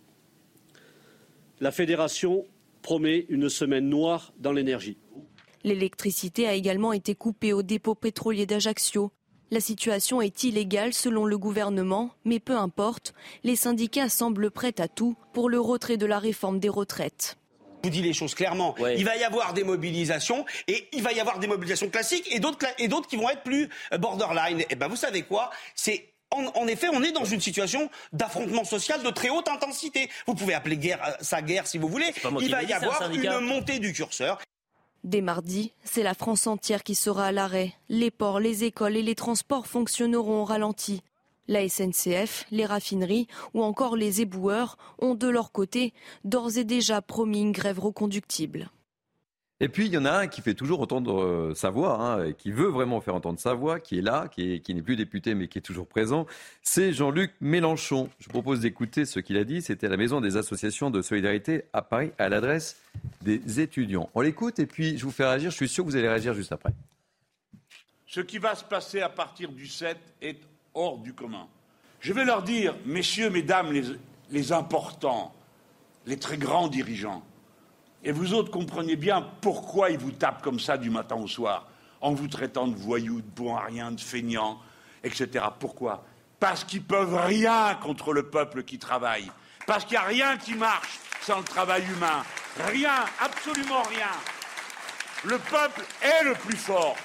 La fédération promet une semaine noire dans l'énergie. L'électricité a également été coupée au dépôt pétrolier d'Ajaccio. La situation est illégale selon le gouvernement, mais peu importe, les syndicats semblent prêts à tout pour le retrait de la réforme des retraites. Je vous dis les choses clairement. Ouais. Il va y avoir des mobilisations et il va y avoir des mobilisations classiques et d'autres qui vont être plus borderline. Et ben vous savez quoi ? En effet, on est dans une situation d'affrontement social de très haute intensité. Vous pouvez appeler ça guerre si vous voulez. Il va y avoir une montée du curseur. Dès mardi, c'est la France entière qui sera à l'arrêt. Les ports, les écoles et les transports fonctionneront au ralenti. La SNCF, les raffineries ou encore les éboueurs ont de leur côté d'ores et déjà promis une grève reconductible. Et puis, il y en a un qui fait toujours entendre sa voix, qui veut vraiment faire entendre sa voix, qui est là, qui n'est plus député mais qui est toujours présent. C'est Jean-Luc Mélenchon. Je vous propose d'écouter ce qu'il a dit. C'était à la Maison des associations de solidarité à Paris, à l'adresse des étudiants. On l'écoute et puis je vous fais réagir. Je suis sûr que vous allez réagir juste après. Ce qui va se passer à partir du 7 est hors du commun. Je vais leur dire, messieurs, mesdames, les importants, les très grands dirigeants, et vous autres comprenez bien pourquoi ils vous tapent comme ça du matin au soir, en vous traitant de voyous, de bons à rien, de feignants, etc. Pourquoi ? Parce qu'ils peuvent rien contre le peuple qui travaille. Parce qu'il n'y a rien qui marche sans le travail humain. Rien, absolument rien. Le peuple est le plus fort,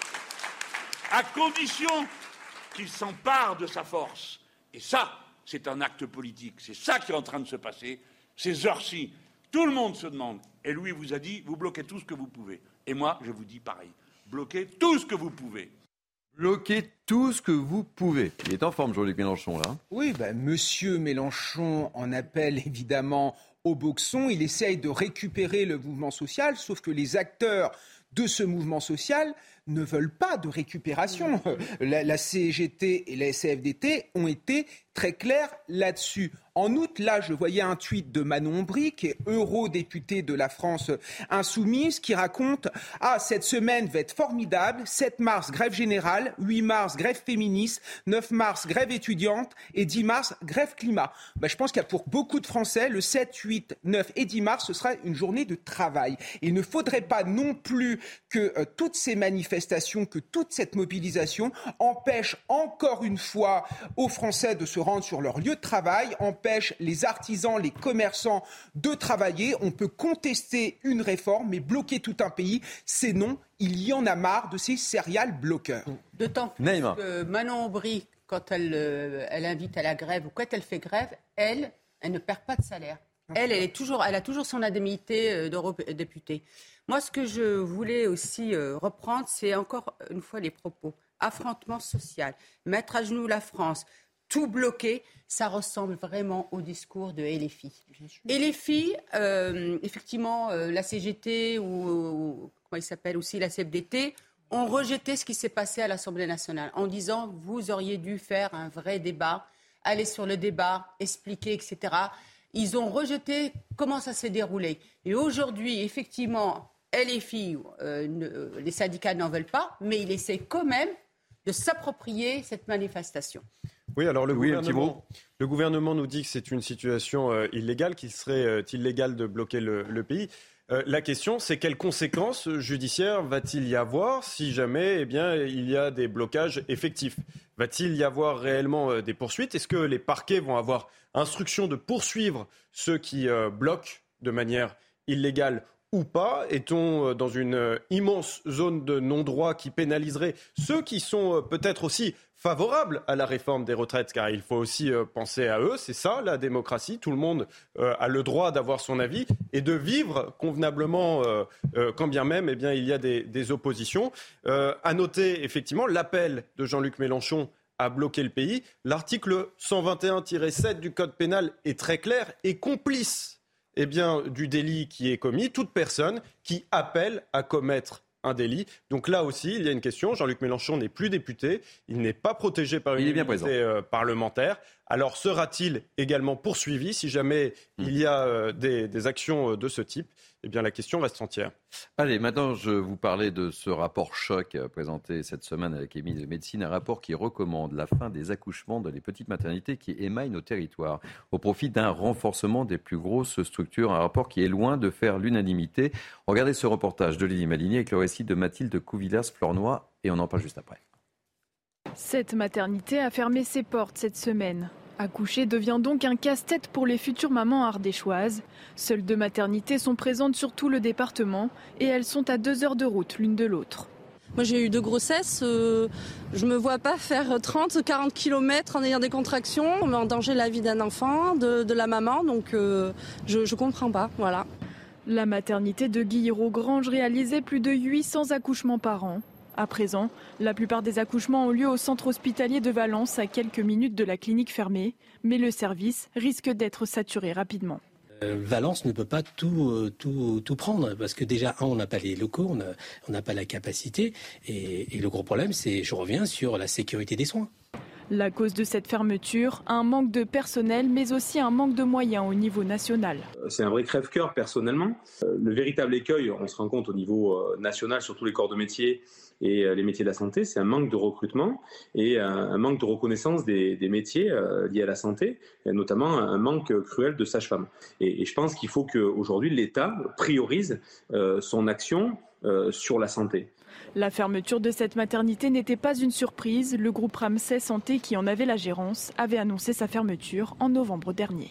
à condition qu'il s'empare de sa force. Et ça, c'est un acte politique. C'est ça qui est en train de se passer. Ces heures-ci, tout le monde se demande. Et lui vous a dit, vous bloquez tout ce que vous pouvez. Et moi, je vous dis pareil. Bloquez tout ce que vous pouvez. Bloquez tout ce que vous pouvez. Il est en forme, Jean-Luc Mélenchon, là. Oui, monsieur Mélenchon en appelle évidemment au boxon. Il essaye de récupérer le mouvement social, sauf que les acteurs de ce mouvement social ne veulent pas de récupération. La CGT et la CFDT ont été très clairs là-dessus. En août, là, je voyais un tweet de Manon Bry, qui est eurodéputée de la France insoumise, qui raconte « Ah, cette semaine va être formidable. 7 mars, grève générale. 8 mars, grève féministe. 9 mars, grève étudiante. Et 10 mars, grève climat. » Je pense qu'il y a pour beaucoup de Français, le 7, 8, 9 et 10 mars, ce sera une journée de travail. Il ne faudrait pas non plus que toutes ces manifestations, que toute cette mobilisation empêche encore une fois aux Français de se rendre sur leur lieu de travail, empêche les artisans, les commerçants de travailler. On peut contester une réforme, mais bloquer tout un pays, c'est non. Il y en a marre de ces serial bloqueurs. D'autant plus que Manon Bry, quand elle invite à la grève ou quand elle fait grève, elle ne perd pas de salaire. Elle a toujours son indemnité d'eurodéputée. Moi, ce que je voulais aussi reprendre, c'est encore une fois les propos. Affrontement social, mettre à genoux la France, tout bloquer, ça ressemble vraiment au discours de LFI. LFI, effectivement, la CGT ou comment il s'appelle aussi, la CFDT, ont rejeté ce qui s'est passé à l'Assemblée nationale en disant « vous auriez dû faire un vrai débat, aller sur le débat, expliquer, etc. » Ils ont rejeté comment ça s'est déroulé. Et aujourd'hui, effectivement, LFI, les syndicats n'en veulent pas, mais ils essaient quand même de s'approprier cette manifestation. Oui, alors le gouvernement nous dit que c'est une situation illégale, qu'il serait illégal de bloquer le pays. La question, c'est quelles conséquences judiciaires va-t-il y avoir si jamais il y a des blocages effectifs ? Va-t-il y avoir réellement des poursuites ? Est-ce que les parquets vont avoir instruction de poursuivre ceux qui bloquent de manière illégale ou pas ? Est-on dans une immense zone de non-droit qui pénaliserait ceux qui sont peut-être aussi favorables à la réforme des retraites, car il faut aussi penser à eux, c'est ça la démocratie, tout le monde a le droit d'avoir son avis et de vivre convenablement quand bien même il y a des oppositions. À noter effectivement l'appel de Jean-Luc Mélenchon à bloquer le pays. L'article 121-7 du Code pénal est très clair et complice du délit qui est commis, toute personne qui appelle à commettre un délit. Donc là aussi, il y a une question. Jean-Luc Mélenchon n'est plus député. Il n'est pas protégé par une immunité parlementaire. Alors sera-t-il également poursuivi si jamais il y a des actions de ce type ? Eh bien, la question reste entière. Allez, maintenant, je vous parlais de ce rapport choc présenté cette semaine à l'Académie de médecine, un rapport qui recommande la fin des accouchements dans les petites maternités qui émaillent nos territoires au profit d'un renforcement des plus grosses structures, un rapport qui est loin de faire l'unanimité. Regardez ce reportage de Lily Maligny avec le récit de Mathilde Couvillers-Flornois et on en parle juste après. Cette maternité a fermé ses portes cette semaine. Accoucher devient donc un casse-tête pour les futures mamans ardéchoises. Seules 2 maternités sont présentes sur tout le département et elles sont à 2 heures de route l'une de l'autre. Moi j'ai eu 2 grossesses, je me vois pas faire 30-40 km en ayant des contractions. On met en danger la vie d'un enfant, de la maman, donc je comprends pas, voilà. La maternité de Guillerot-Grange réalisait plus de 800 accouchements par an. À présent, la plupart des accouchements ont lieu au centre hospitalier de Valence, à quelques minutes de la clinique fermée. Mais le service risque d'être saturé rapidement. Valence ne peut pas tout prendre parce que déjà, on n'a pas les locaux, on n'a pas la capacité. Et le gros problème, c'est, je reviens sur la sécurité des soins. La cause de cette fermeture, un manque de personnel, mais aussi un manque de moyens au niveau national. C'est un vrai crève-cœur personnellement. Le véritable écueil, on se rend compte au niveau national sur tous les corps de métier et les métiers de la santé, c'est un manque de recrutement et un manque de reconnaissance des métiers liés à la santé, et notamment un manque cruel de sages-femmes. Et je pense qu'il faut qu'aujourd'hui l'État priorise son action sur la santé. La fermeture de cette maternité n'était pas une surprise. Le groupe Ramsay Santé, qui en avait la gérance, avait annoncé sa fermeture en novembre dernier.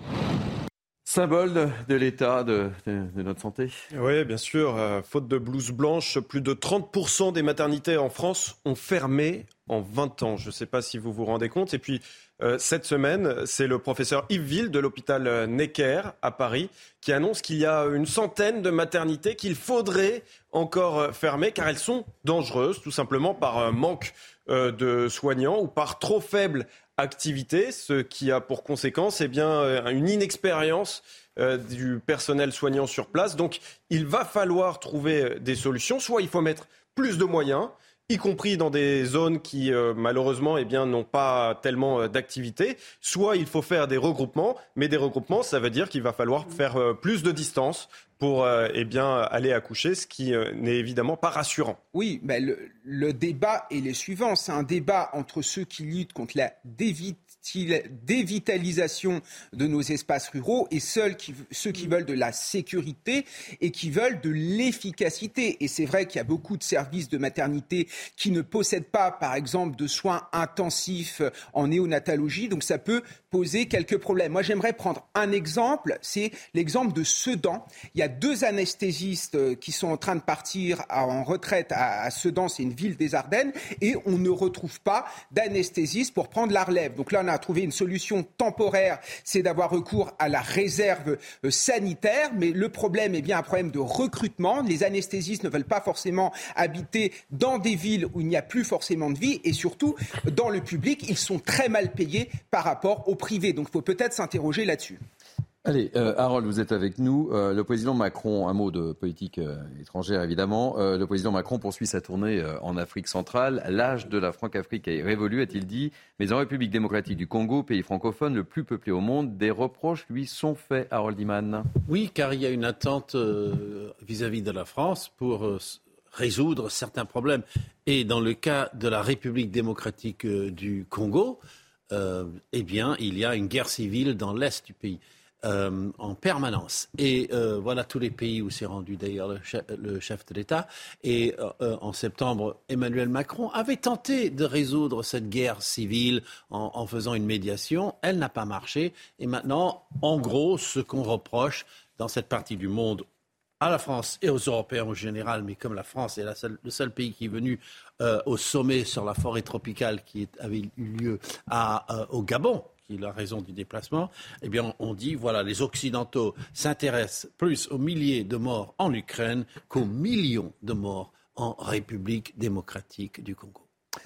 Symbole de l'état de notre santé. Oui, bien sûr. Faute de blouse blanche, plus de 30% des maternités en France ont fermé en 20 ans. Je ne sais pas si vous vous rendez compte. Et puis, cette semaine, c'est le professeur Yves Ville de l'hôpital Necker à Paris qui annonce qu'il y a une centaine de maternités qu'il faudrait encore fermer car elles sont dangereuses, tout simplement par manque de soignants ou par trop faible activité, ce qui a pour conséquence une inexpérience du personnel soignant sur place. Donc il va falloir trouver des solutions. Soit il faut mettre plus de moyens, y compris dans des zones qui malheureusement n'ont pas tellement d'activité. Soit il faut faire des regroupements, mais des regroupements, ça veut dire qu'il va falloir faire plus de distance pour aller accoucher, ce qui n'est évidemment pas rassurant. Oui, mais le débat est le suivant. C'est un débat entre ceux qui luttent contre la dévitalisation de nos espaces ruraux et ceux qui veulent de la sécurité et qui veulent de l'efficacité. Et c'est vrai qu'il y a beaucoup de services de maternité qui ne possèdent pas, par exemple, de soins intensifs en néonatologie. Donc ça peut poser quelques problèmes. Moi, j'aimerais prendre un exemple. C'est l'exemple de Sedan. Il y a 2 anesthésistes qui sont en train de partir en retraite à Sedan, c'est une ville des Ardennes, et on ne retrouve pas d'anesthésiste pour prendre la relève. Donc là, on a trouvé une solution temporaire, c'est d'avoir recours à la réserve sanitaire, mais le problème est bien un problème de recrutement. Les anesthésistes ne veulent pas forcément habiter dans des villes où il n'y a plus forcément de vie, et surtout, dans le public, ils sont très mal payés par rapport au privé. Donc il faut peut-être s'interroger là-dessus. Allez, Harold, vous êtes avec nous. Le président Macron, un mot de politique étrangère évidemment, le président Macron poursuit sa tournée en Afrique centrale. L'âge de la Franc-Afrique est révolu, a-t-il dit. Mais en République démocratique du Congo, pays francophone le plus peuplé au monde, des reproches lui sont faits, Harold Iman. Oui, car il y a une attente vis-à-vis de la France pour résoudre certains problèmes. Et dans le cas de la République démocratique du Congo, il y a une guerre civile dans l'est du pays. En permanence. Et voilà tous les pays où s'est rendu d'ailleurs le chef de l'État. Et en septembre, Emmanuel Macron avait tenté de résoudre cette guerre civile en faisant une médiation. Elle n'a pas marché. Et maintenant, en gros, ce qu'on reproche dans cette partie du monde à la France et aux Européens en général, mais comme la France est le seul pays qui est venu au sommet sur la forêt tropicale qui avait eu lieu au Gabon, qui est la raison du déplacement, on dit, voilà, les Occidentaux s'intéressent plus aux milliers de morts en Ukraine qu'aux millions de morts en République démocratique du Congo.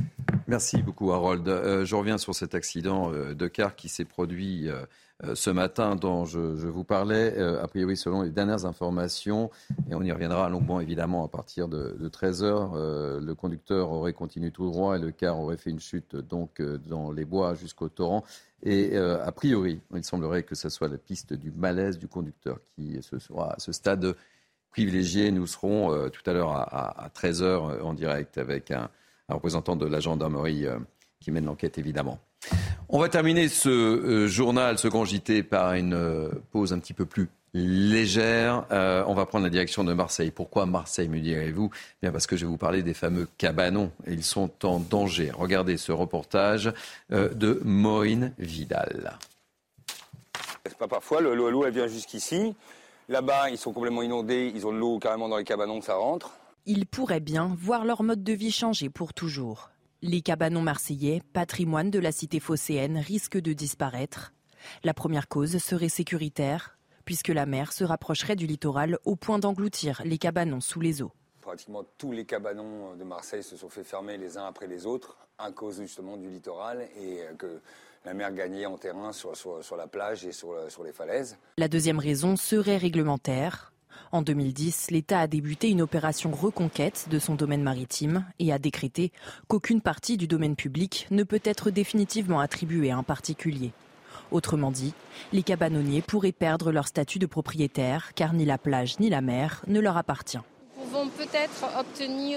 Merci beaucoup Harold. Je reviens sur cet accident de car qui s'est produit ce matin dont je vous parlais. A priori, selon les dernières informations, et on y reviendra longuement évidemment à partir de 13h, le conducteur aurait continué tout droit et le car aurait fait une chute donc dans les bois jusqu'au torrent. Et a priori, il semblerait que ce soit la piste du malaise du conducteur qui sera à ce stade privilégié. Nous serons tout à l'heure à 13h en direct avec un représentant de la gendarmerie qui mène l'enquête, évidemment. On va terminer ce journal, ce grand JT, par une pause un petit peu plus légère. On va prendre la direction de Marseille. Pourquoi Marseille, me direz-vous ? Bien parce que je vais vous parler des fameux cabanons. Ils sont en danger. Regardez ce reportage de Maureen Vidal. C'est pas parfois, l'eau elle vient jusqu'ici. Là-bas, ils sont complètement inondés. Ils ont de l'eau carrément dans les cabanons, ça rentre. Ils pourraient bien voir leur mode de vie changer pour toujours. Les cabanons marseillais, patrimoine de la cité phocéenne, risquent de disparaître. La première cause serait sécuritaire, puisque la mer se rapprocherait du littoral au point d'engloutir les cabanons sous les eaux. Pratiquement tous les cabanons de Marseille se sont fait fermer les uns après les autres, à cause justement du littoral et que la mer gagnait en terrain sur la plage et sur les falaises. La deuxième raison serait réglementaire. En 2010, l'État a débuté une opération reconquête de son domaine maritime et a décrété qu'aucune partie du domaine public ne peut être définitivement attribuée à un particulier. Autrement dit, les cabanonniers pourraient perdre leur statut de propriétaire car ni la plage ni la mer ne leur appartient. Nous pouvons peut-être obtenir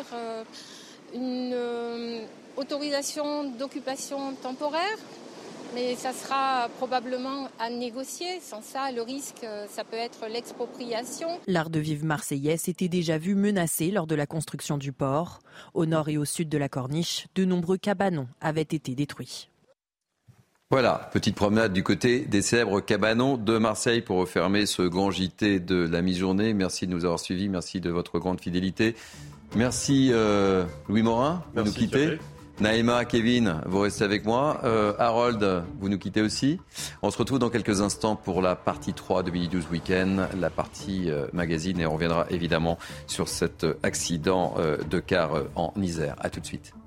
une autorisation d'occupation temporaire, mais ça sera probablement à négocier. Sans ça, le risque, ça peut être l'expropriation. L'art de vivre marseillais s'était déjà vu menacé lors de la construction du port. Au nord et au sud de la Corniche, de nombreux cabanons avaient été détruits. Voilà, petite promenade du côté des célèbres cabanons de Marseille pour refermer ce grand JT de la mi-journée. Merci de nous avoir suivis, merci de votre grande fidélité. Merci Louis Morin, vous nous quittez. Naïma, Kevin, vous restez avec moi. Harold, vous nous quittez aussi. On se retrouve dans quelques instants pour la partie 3 de Midi 12 Week-end, la partie magazine, et on reviendra évidemment sur cet accident de car en Isère. A tout de suite.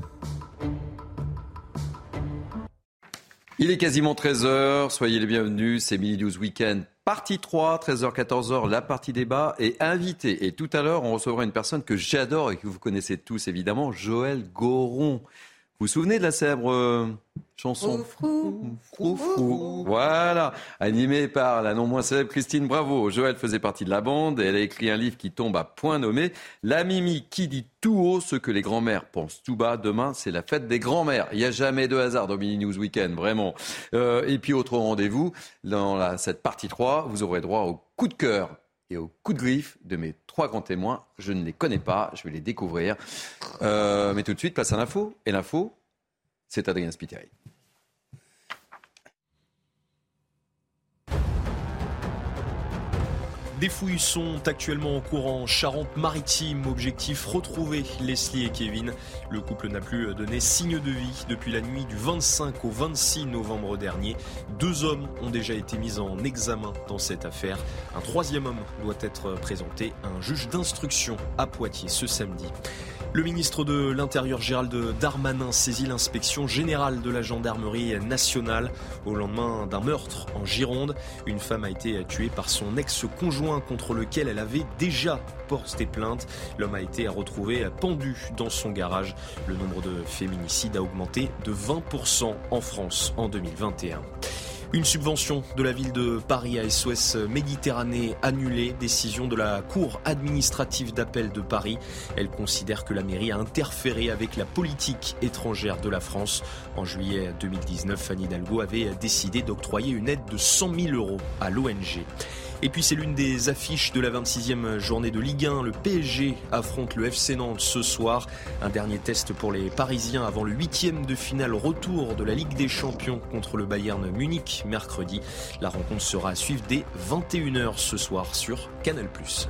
Il est quasiment 13h, soyez les bienvenus, c'est Midi 12 Week-end, partie 3, 13h, 14h, la partie débat et invité. Et tout à l'heure, on recevra une personne que j'adore et que vous connaissez tous évidemment, Joël Goron. Vous vous souvenez de la célèbre chanson Froufrou. Voilà, animée par la non moins célèbre Christine Bravo. Joël faisait partie de la bande et elle a écrit un livre qui tombe à point nommé « La Mimi qui dit tout haut ce que les grands-mères pensent tout bas. Demain, c'est la fête des grands-mères. » Il n'y a jamais de hasard dans Mini News Weekend, vraiment. Et puis, autre rendez-vous, dans cette partie 3, vous aurez droit au coup de cœur et au coup de griffe de mes 3 grands témoins. Je ne les connais pas, je vais les découvrir. Mais tout de suite, place à l'info. Et l'info, c'est Adrien Spiteri. Des fouilles sont actuellement en cours en Charente-Maritime. Objectif, retrouver Leslie et Kevin. Le couple n'a plus donné signe de vie depuis la nuit du 25 au 26 novembre dernier. 2 hommes ont déjà été mis en examen dans cette affaire. Un 3e homme doit être présenté à un juge d'instruction à Poitiers ce samedi. Le ministre de l'Intérieur Gérald Darmanin saisit l'inspection générale de la gendarmerie nationale au lendemain d'un meurtre en Gironde. Une femme a été tuée par son ex-conjoint contre lequel elle avait déjà porté plainte. L'homme a été retrouvé pendu dans son garage. Le nombre de féminicides a augmenté de 20% en France en 2021. Une subvention de la ville de Paris à SOS Méditerranée annulée, décision de la Cour administrative d'appel de Paris. Elle considère que la mairie a interféré avec la politique étrangère de la France. En juillet 2019, Anne Hidalgo avait décidé d'octroyer une aide de 100 000 € à l'ONG. Et puis c'est l'une des affiches de la 26e journée de Ligue 1. Le PSG affronte le FC Nantes ce soir. Un dernier test pour les Parisiens avant le 8e de finale retour de la Ligue des Champions contre le Bayern Munich mercredi. La rencontre sera à suivre dès 21h ce soir sur Canal+.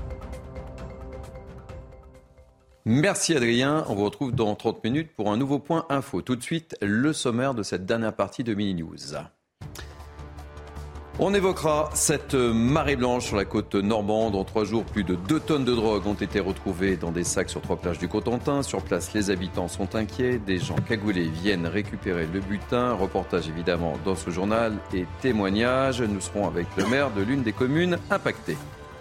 Merci Adrien, on vous retrouve dans 30 minutes pour un nouveau point info. Tout de suite, le sommaire de cette dernière partie de Mini News. On évoquera cette marée blanche sur la côte normande. En 3 jours, plus de 2 tonnes de drogue ont été retrouvées dans des sacs sur 3 plages du Cotentin. Sur place, les habitants sont inquiets. Des gens cagoulés viennent récupérer le butin. Reportage évidemment dans ce journal et témoignages. Nous serons avec le maire de l'une des communes impactées.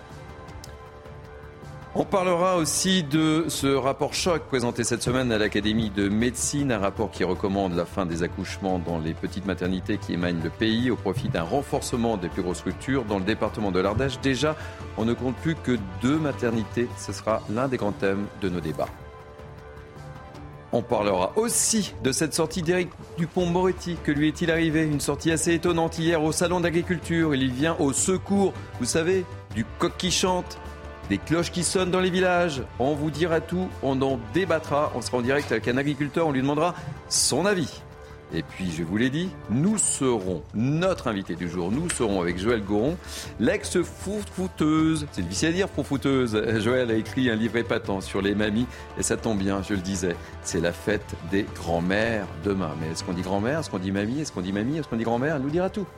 On parlera aussi de ce rapport choc présenté cette semaine à l'Académie de médecine, un rapport qui recommande la fin des accouchements dans les petites maternités qui émaillent le pays au profit d'un renforcement des plus grosses structures. Dans le département de l'Ardèche, déjà, on ne compte plus que 2 maternités. Ce sera l'un des grands thèmes de nos débats. On parlera aussi de cette sortie d'Éric Dupond-Moretti. Que lui est-il arrivé? Une sortie assez étonnante hier au Salon d'agriculture. Il y vient au secours, vous savez, du coq qui chante, des cloches qui sonnent dans les villages. On vous dira tout, on en débattra. On sera en direct avec un agriculteur, on lui demandera son avis. Et puis, je vous l'ai dit, nous serons, notre invité du jour, nous serons avec Joëlle Goron, l'ex-foufouteuse. C'est difficile à dire, foufouteuse. Joëlle a écrit un livre épatant sur les mamies. Et ça tombe bien, je le disais, c'est la fête des grands-mères demain. Mais est-ce qu'on dit grand-mère? Est-ce qu'on dit mamie? Est-ce qu'on dit mamie? Est-ce qu'on dit grand-mère? Elle nous dira tout.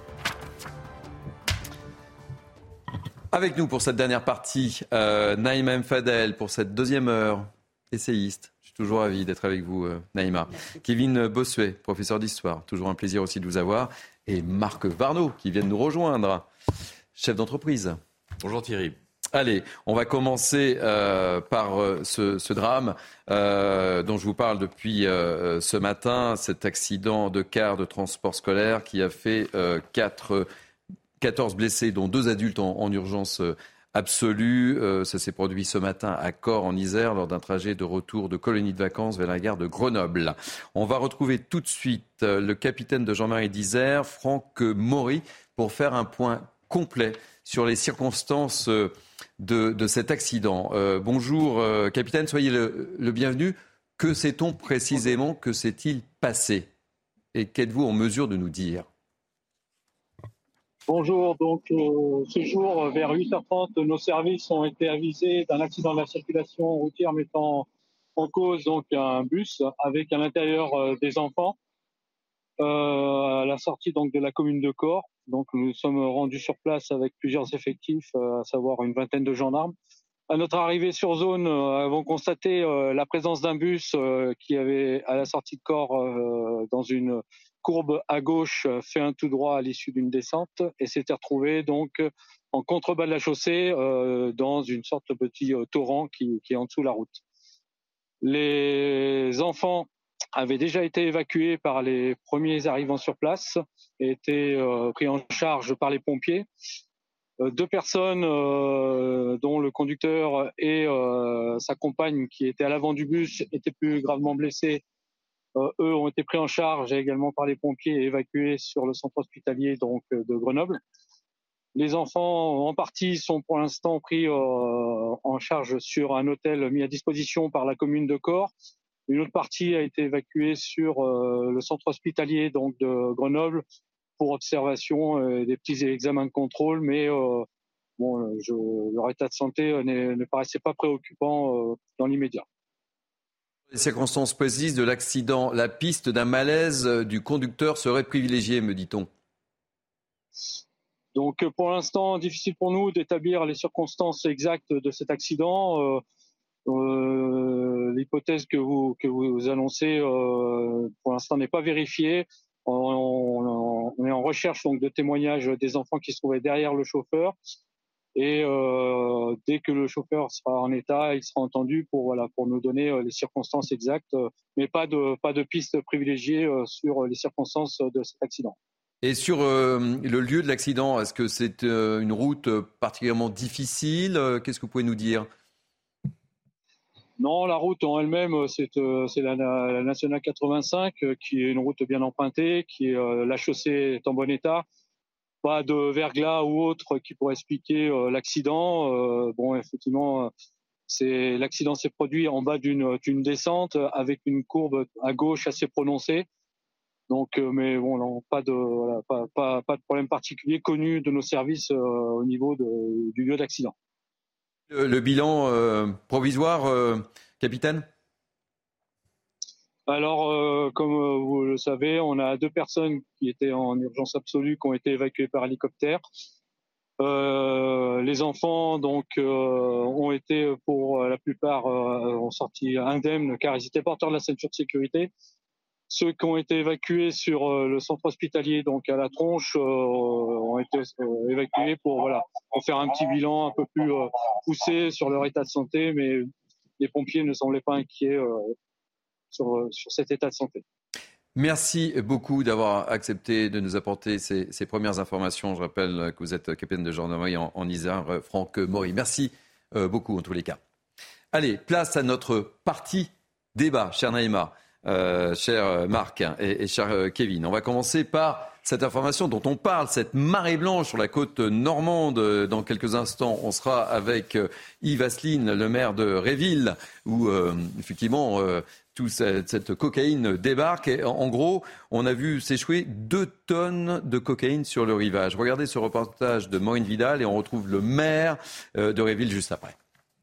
Avec nous pour cette dernière partie, Naïma M. Fadel pour cette deuxième heure, essayiste. Je suis toujours ravi d'être avec vous, Naïma. Merci. Kevin Bossuet, professeur d'histoire. Toujours un plaisir aussi de vous avoir. Et Marc Varnaud, qui vient de nous rejoindre, chef d'entreprise. Bonjour Thierry. Allez, on va commencer par ce drame dont je vous parle depuis ce matin, cet accident de car de transport scolaire qui a fait 14 blessés, dont 2 adultes en urgence absolue. Ça s'est produit ce matin à Corps, en Isère, lors d'un trajet de retour de colonie de vacances vers la gare de Grenoble. On va retrouver tout de suite le capitaine de gendarmerie d'Isère, Franck Maury, pour faire un point complet sur les circonstances de cet accident. Bonjour, capitaine, soyez le bienvenu. Que sait-on précisément? Que s'est-il passé? Et qu'êtes-vous en mesure de nous dire? Bonjour, donc ce jour vers 8h30, nos services ont été avisés d'un accident de la circulation routière mettant en cause donc un bus avec à l'intérieur des enfants à la sortie donc de la commune de Corps. Donc nous sommes rendus sur place avec plusieurs effectifs, à savoir une vingtaine de gendarmes. À notre arrivée sur zone, avons constaté la présence d'un bus qui avait à la sortie de Corps dans une courbe à gauche, fait un tout droit à l'issue d'une descente et s'était retrouvé donc en contrebas de la chaussée dans une sorte de petit torrent qui est en dessous de la route. Les enfants avaient déjà été évacués par les premiers arrivants sur place et étaient pris en charge par les pompiers. 2 personnes, dont le conducteur et sa compagne qui étaient à l'avant du bus, étaient plus gravement blessés. Eux ont été pris en charge également par les pompiers et évacués sur le centre hospitalier donc de Grenoble. Les enfants, en partie, sont pour l'instant pris en charge sur un hôtel mis à disposition par la commune de Corps. Une autre partie a été évacuée sur le centre hospitalier donc de Grenoble pour observation et des petits examens de contrôle, mais leur état de santé ne paraissait pas préoccupant dans l'immédiat. Les circonstances précises de l'accident, la piste d'un malaise du conducteur serait privilégiée, me dit-on. Donc pour l'instant, difficile pour nous d'établir les circonstances exactes de cet accident. L'hypothèse que vous annoncez pour l'instant n'est pas vérifiée. On est en recherche donc de témoignages des enfants qui se trouvaient derrière le chauffeur. Et dès que le chauffeur sera en état, il sera entendu pour nous donner les circonstances exactes, mais pas de piste privilégiée sur les circonstances de cet accident. Et sur le lieu de l'accident, est-ce que c'est une route particulièrement difficile? Qu'est-ce que vous pouvez nous dire? Non, la route en elle-même, c'est la nationale 85, qui est une route bien empruntée, la chaussée est en bon état. Pas de verglas ou autre qui pourrait expliquer l'accident. Effectivement, l'accident s'est produit en bas d'une descente avec une courbe à gauche assez prononcée. Donc, mais bon, non, pas de problème particulier connu de nos services au niveau du lieu d'accident. Le bilan provisoire, capitaine? Alors, comme vous le savez, on a 2 personnes qui étaient en urgence absolue, qui ont été évacuées par hélicoptère. Les enfants, donc, ont été, pour la plupart, ont sorti indemnes, car ils étaient porteurs de la ceinture de sécurité. Ceux qui ont été évacués sur le centre hospitalier, donc à la Tronche, ont été évacués pour faire un petit bilan un peu plus poussé sur leur état de santé, mais les pompiers ne semblaient pas inquiets sur cet état de santé. Merci beaucoup d'avoir accepté de nous apporter ces premières informations. Je rappelle que vous êtes capitaine de gendarmerie en Isère, Franck Maury. Merci beaucoup en tous les cas. Allez, place à notre partie débat, cher Naïma. Cher Marc et cher Kevin, on va commencer par cette information dont on parle, cette marée blanche sur la côte normande. Dans quelques instants, on sera avec Yves Asselineau, le maire de Réville, où effectivement toute cette cocaïne débarque. Et en gros, on a vu s'échouer 2 tonnes de cocaïne sur le rivage. Regardez ce reportage de Maureen Vidal et on retrouve le maire de Réville juste après.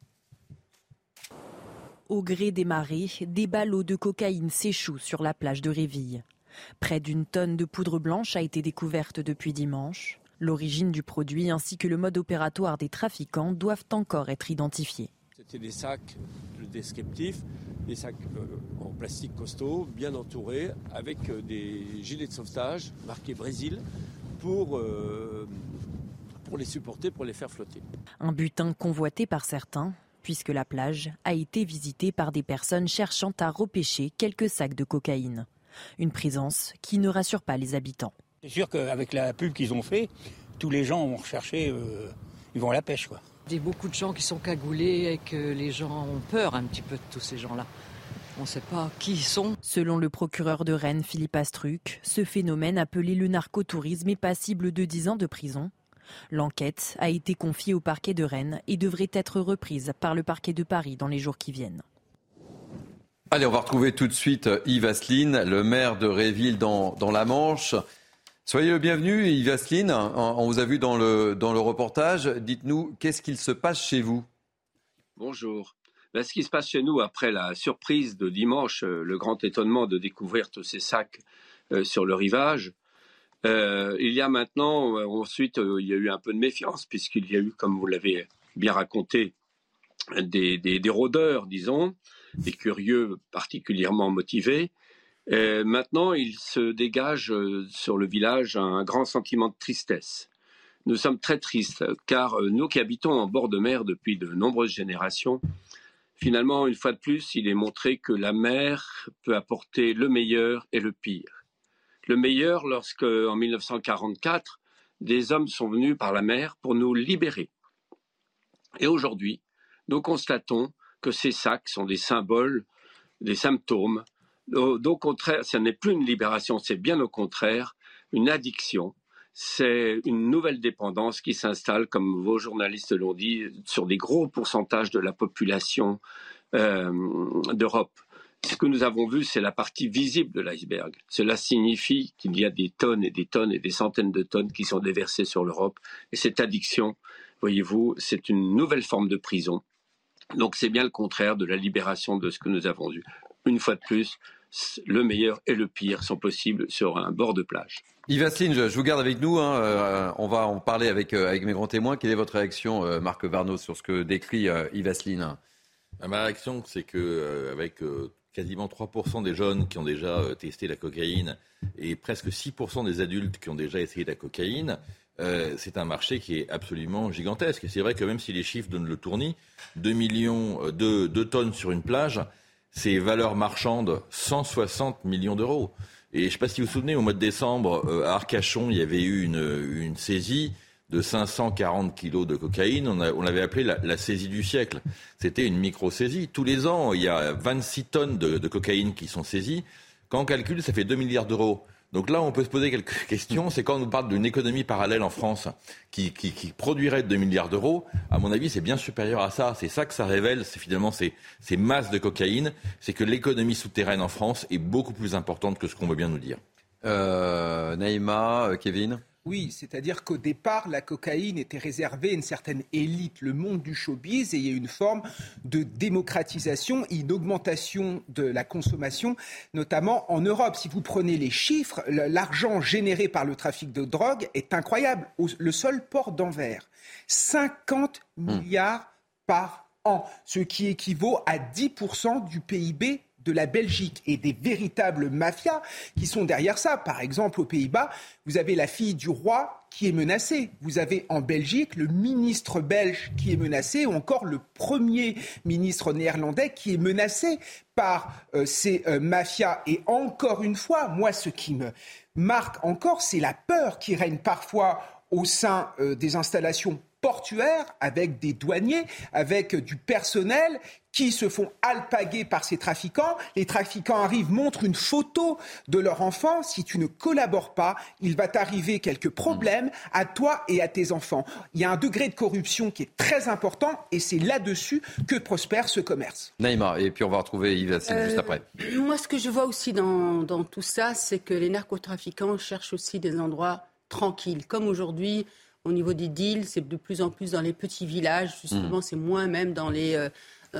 Au gré des marées, des ballots de cocaïne s'échouent sur la plage de Réville. Près d'1 tonne de poudre blanche a été découverte depuis dimanche. L'origine du produit ainsi que le mode opératoire des trafiquants doivent encore être identifiés. C'était des sacs descriptifs, des sacs en plastique costaud, bien entourés, avec des gilets de sauvetage marqués Brésil pour les supporter, pour les faire flotter. Un butin convoité par certains, puisque la plage a été visitée par des personnes cherchant à repêcher quelques sacs de cocaïne. Une présence qui ne rassure pas les habitants. C'est sûr qu'avec la pub qu'ils ont fait, tous les gens vont rechercher, ils vont à la pêche, quoi. Il y a beaucoup de gens qui sont cagoulés et que les gens ont peur un petit peu de tous ces gens-là. On ne sait pas qui ils sont. Selon le procureur de Rennes, Philippe Astruc, ce phénomène appelé le narcotourisme est passible de 10 ans de prison. L'enquête a été confiée au parquet de Rennes et devrait être reprise par le parquet de Paris dans les jours qui viennent. Allez, on va retrouver tout de suite Yves Asselineau, le maire de Réville dans la Manche. Soyez le bienvenu, Yves Asselineau. On vous a vu dans le reportage. Dites-nous, qu'est-ce qu'il se passe chez vous ? Bonjour. Ce qui se passe chez nous après la surprise de dimanche, le grand étonnement de découvrir tous ces sacs sur le rivage, il y a maintenant, ensuite, il y a eu un peu de méfiance, puisqu'il y a eu, comme vous l'avez bien raconté, des rôdeurs, disons, des curieux particulièrement motivés. Maintenant, il se dégage sur le village un grand sentiment de tristesse. Nous sommes très tristes, car nous qui habitons en bord de mer depuis de nombreuses générations, finalement, une fois de plus, il est montré que la mer peut apporter le meilleur et le pire. Le meilleur lorsque, en 1944, des hommes sont venus par la mer pour nous libérer. Et aujourd'hui, nous constatons que ces sacs sont des symboles, des symptômes. Au contraire, ce n'est plus une libération, c'est bien au contraire une addiction. C'est une nouvelle dépendance qui s'installe, comme vos journalistes l'ont dit, sur des gros pourcentages de la population d'Europe. Ce que nous avons vu, c'est la partie visible de l'iceberg. Cela signifie qu'il y a des tonnes et des tonnes et des centaines de tonnes qui sont déversées sur l'Europe. Et cette addiction, voyez-vous, c'est une nouvelle forme de prison. Donc c'est bien le contraire de la libération de ce que nous avons vu. Une fois de plus, le meilleur et le pire sont possibles sur un bord de plage. Yves Asselineau, je vous garde avec nous. On va en parler avec mes grands témoins. Quelle est votre réaction, Marc Varnaud, sur ce que décrit Yves Asselineau ? Ma réaction, c'est qu'avec quasiment 3% des jeunes qui ont déjà testé la cocaïne et presque 6% des adultes qui ont déjà essayé la cocaïne, c'est un marché qui est absolument gigantesque. Et c'est vrai que même si les chiffres donnent le tournis, 2 tonnes sur une plage, c'est valeur marchande 160 millions d'euros. Et je ne sais pas si vous vous souvenez, au mois de décembre, à Arcachon, il y avait eu une saisie de 540 kilos de cocaïne. On l'avait appelé la saisie du siècle. C'était une micro-saisie. Tous les ans, il y a 26 tonnes de cocaïne qui sont saisies. Quand on calcule, ça fait 2 milliards d'euros. Donc là, on peut se poser quelques questions. C'est quand on nous parle d'une économie parallèle en France qui produirait 2 milliards d'euros. À mon avis, c'est bien supérieur à ça. C'est ça que ça révèle, c'est finalement ces masses de cocaïne. C'est que l'économie souterraine en France est beaucoup plus importante que ce qu'on veut bien nous dire. Naïma, Kevin ? Oui, c'est-à-dire qu'au départ, la cocaïne était réservée à une certaine élite, le monde du showbiz, et il y a une forme de démocratisation, une augmentation de la consommation, notamment en Europe. Si vous prenez les chiffres, l'argent généré par le trafic de drogue est incroyable. Le seul port d'Anvers, 50 milliards par an, ce qui équivaut à 10% du PIB de la Belgique, et des véritables mafias qui sont derrière ça. Par exemple, aux Pays-Bas, vous avez la fille du roi qui est menacée. Vous avez en Belgique le ministre belge qui est menacé, ou encore le premier ministre néerlandais qui est menacé par ces mafias. Et encore une fois, moi, ce qui me marque encore, c'est la peur qui règne parfois au sein des installations portuaires, avec des douaniers, avec du personnel qui se font alpaguer par ces trafiquants. Les trafiquants arrivent, montrent une photo de leur enfant. Si tu ne collabores pas, il va t'arriver quelques problèmes à toi et à tes enfants. Il y a un degré de corruption qui est très important, et c'est là-dessus que prospère ce commerce. Naïma, et puis on va retrouver Yves Assine juste après. Moi, ce que je vois aussi dans tout ça, c'est que les narcotrafiquants cherchent aussi des endroits tranquilles. Comme aujourd'hui, au niveau des deals, c'est de plus en plus dans les petits villages. Justement, c'est moins même dans les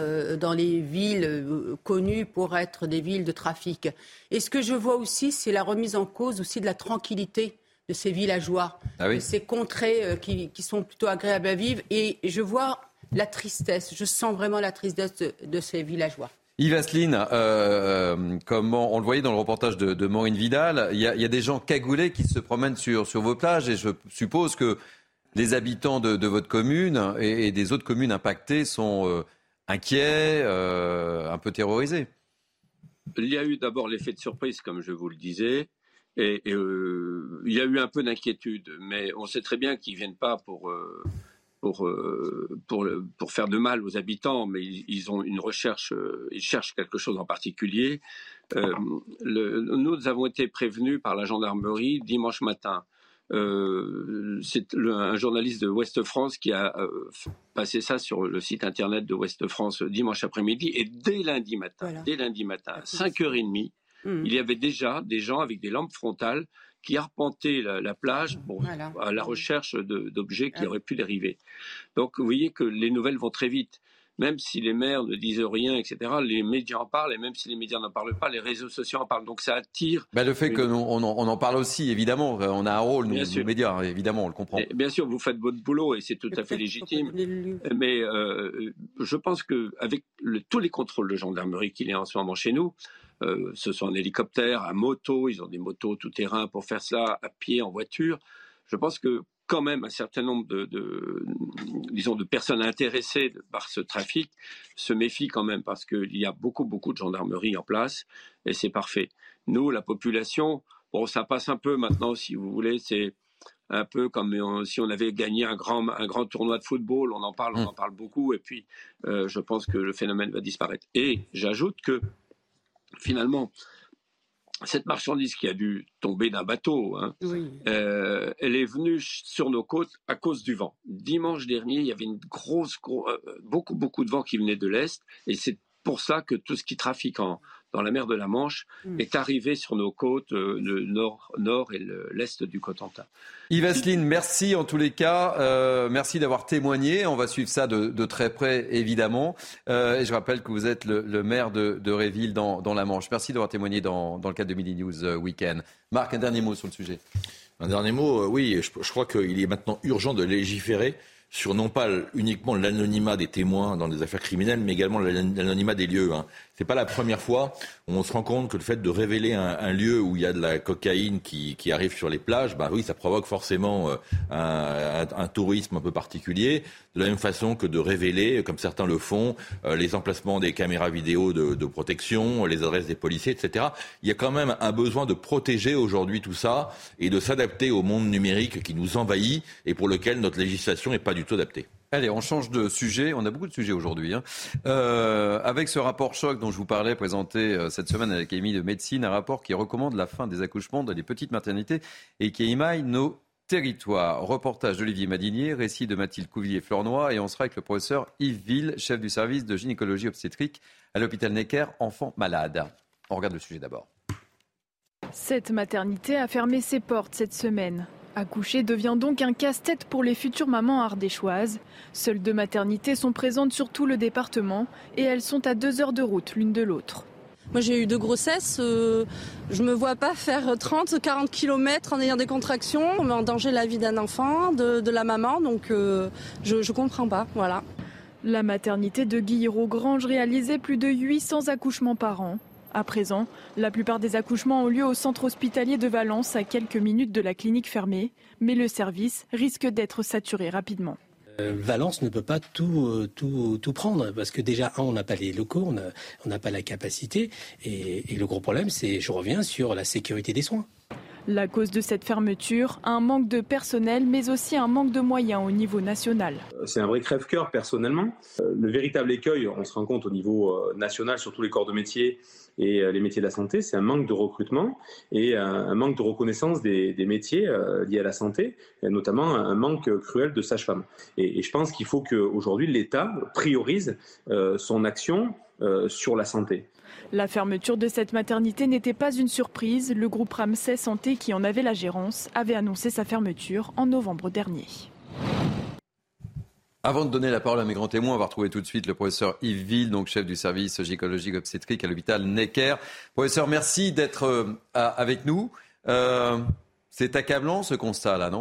villes connues pour être des villes de trafic. Et ce que je vois aussi, c'est la remise en cause aussi de la tranquillité de ces villageois, de ces contrées qui sont plutôt agréables à vivre. Et je vois la tristesse, je sens vraiment la tristesse de ces villageois. Yves Assine, comment on le voyait dans le reportage de Maureen Vidal, il y a des gens cagoulés qui se promènent sur vos plages, et je suppose que les habitants de votre commune et des autres communes impactées sont inquiets, un peu terrorisés. Il y a eu d'abord l'effet de surprise, comme je vous le disais, et il y a eu un peu d'inquiétude, mais on sait très bien qu'ils ne viennent pas pour faire de mal aux habitants, mais ils ont une recherche, ils cherchent quelque chose en particulier. Nous avons été prévenus par la gendarmerie dimanche matin. C'est un journaliste de Ouest France qui a passé ça sur le site internet de Ouest France dimanche après-midi, et dès lundi matin, à 5h30, il y avait déjà des gens avec des lampes frontales qui arpentaient la plage à la recherche d'objets qui auraient pu dériver. Donc vous voyez que les nouvelles vont très vite. Même si les maires ne disent rien, etc., les médias en parlent, et même si les médias n'en parlent pas, les réseaux sociaux en parlent. Donc ça attire... Le fait qu'on en parle aussi, évidemment, on a un rôle, nous médias, évidemment, on le comprend. Et bien sûr, vous faites votre boulot, et c'est tout à fait légitime. Mais je pense qu'avec tous les contrôles de gendarmerie qu'il y a en ce moment chez nous, ce sont en hélicoptère, à moto, ils ont des motos tout-terrain pour faire cela, à pied, en voiture. Je pense que quand même un certain nombre de personnes intéressées par ce trafic se méfient quand même, parce qu'il y a beaucoup de gendarmerie en place, et c'est parfait. Nous, la population, ça passe un peu maintenant, si vous voulez, c'est un peu comme si on avait gagné un grand tournoi de football, on en parle beaucoup, et puis je pense que le phénomène va disparaître. Et j'ajoute que finalement, cette marchandise qui a dû tomber d'un bateau, elle est venue sur nos côtes à cause du vent. Dimanche dernier, il y avait une beaucoup de vent qui venait de l'Est, et c'est pour ça que tout ce qui trafique dans la mer de la Manche est arrivé sur nos côtes, le nord et l'est du Cotentin. Yves Assine, merci en tous les cas. Merci d'avoir témoigné. On va suivre ça de très près, évidemment. Et je rappelle que vous êtes le maire de Réville dans la Manche. Merci d'avoir témoigné dans le cadre de Midi News Weekend. Marc, un dernier mot sur le sujet. Un dernier mot, oui. Je crois qu'il est maintenant urgent de légiférer sur non pas uniquement l'anonymat des témoins dans des affaires criminelles, mais également l'anonymat des lieux. C'est pas la première fois où on se rend compte que le fait de révéler un lieu où il y a de la cocaïne qui arrive sur les plages, ça provoque forcément un tourisme un peu particulier. De la même façon que de révéler, comme certains le font, les emplacements des caméras vidéo de protection, les adresses des policiers, etc. Il y a quand même un besoin de protéger aujourd'hui tout ça et de s'adapter au monde numérique qui nous envahit et pour lequel notre législation n'est pas du tout adaptée. Allez, on change de sujet. On a beaucoup de sujets aujourd'hui. Avec ce rapport choc dont je vous parlais, présenté cette semaine à l'Académie de médecine, un rapport qui recommande la fin des accouchements dans les petites maternités et qui émaille nos territoires. Reportage d'Olivier Madinier, récit de Mathilde Couvillier-Flornoy, et on sera avec le professeur Yves Ville, chef du service de gynécologie obstétrique à l'hôpital Necker, enfants malades. On regarde le sujet d'abord. Cette maternité a fermé ses portes cette semaine. Accoucher devient donc un casse-tête pour les futures mamans ardéchoises. Seules 2 maternités sont présentes sur tout le département et elles sont à 2 heures de route l'une de l'autre. Moi j'ai eu 2 grossesses, je me vois pas faire 30-40 km en ayant des contractions. On met en danger la vie d'un enfant, de la maman, donc je comprends pas, voilà. La maternité de Guillerot-Grange réalisait plus de 800 accouchements par an. À présent, la plupart des accouchements ont lieu au centre hospitalier de Valence, à quelques minutes de la clinique fermée. Mais le service risque d'être saturé rapidement. Valence ne peut pas tout prendre parce que déjà, on n'a pas les locaux, on n'a pas la capacité. Et le gros problème, c'est, je reviens sur la sécurité des soins. La cause de cette fermeture, un manque de personnel, mais aussi un manque de moyens au niveau national. C'est un vrai crève-cœur personnellement. Le véritable écueil, on se rend compte au niveau national sur tous les corps de métier et les métiers de la santé, c'est un manque de recrutement et un manque de reconnaissance des métiers liés à la santé, et notamment un manque cruel de sages-femmes. Et je pense qu'il faut qu'aujourd'hui l'État priorise son action sur la santé. La fermeture de cette maternité n'était pas une surprise. Le groupe Ramsay Santé, qui en avait la gérance, avait annoncé sa fermeture en novembre dernier. Avant de donner la parole à mes grands témoins, on va retrouver tout de suite le professeur Yves Ville, donc chef du service gynécologique obstétrique à l'hôpital Necker. Professeur, merci d'être avec nous. C'est accablant ce constat-là, non ?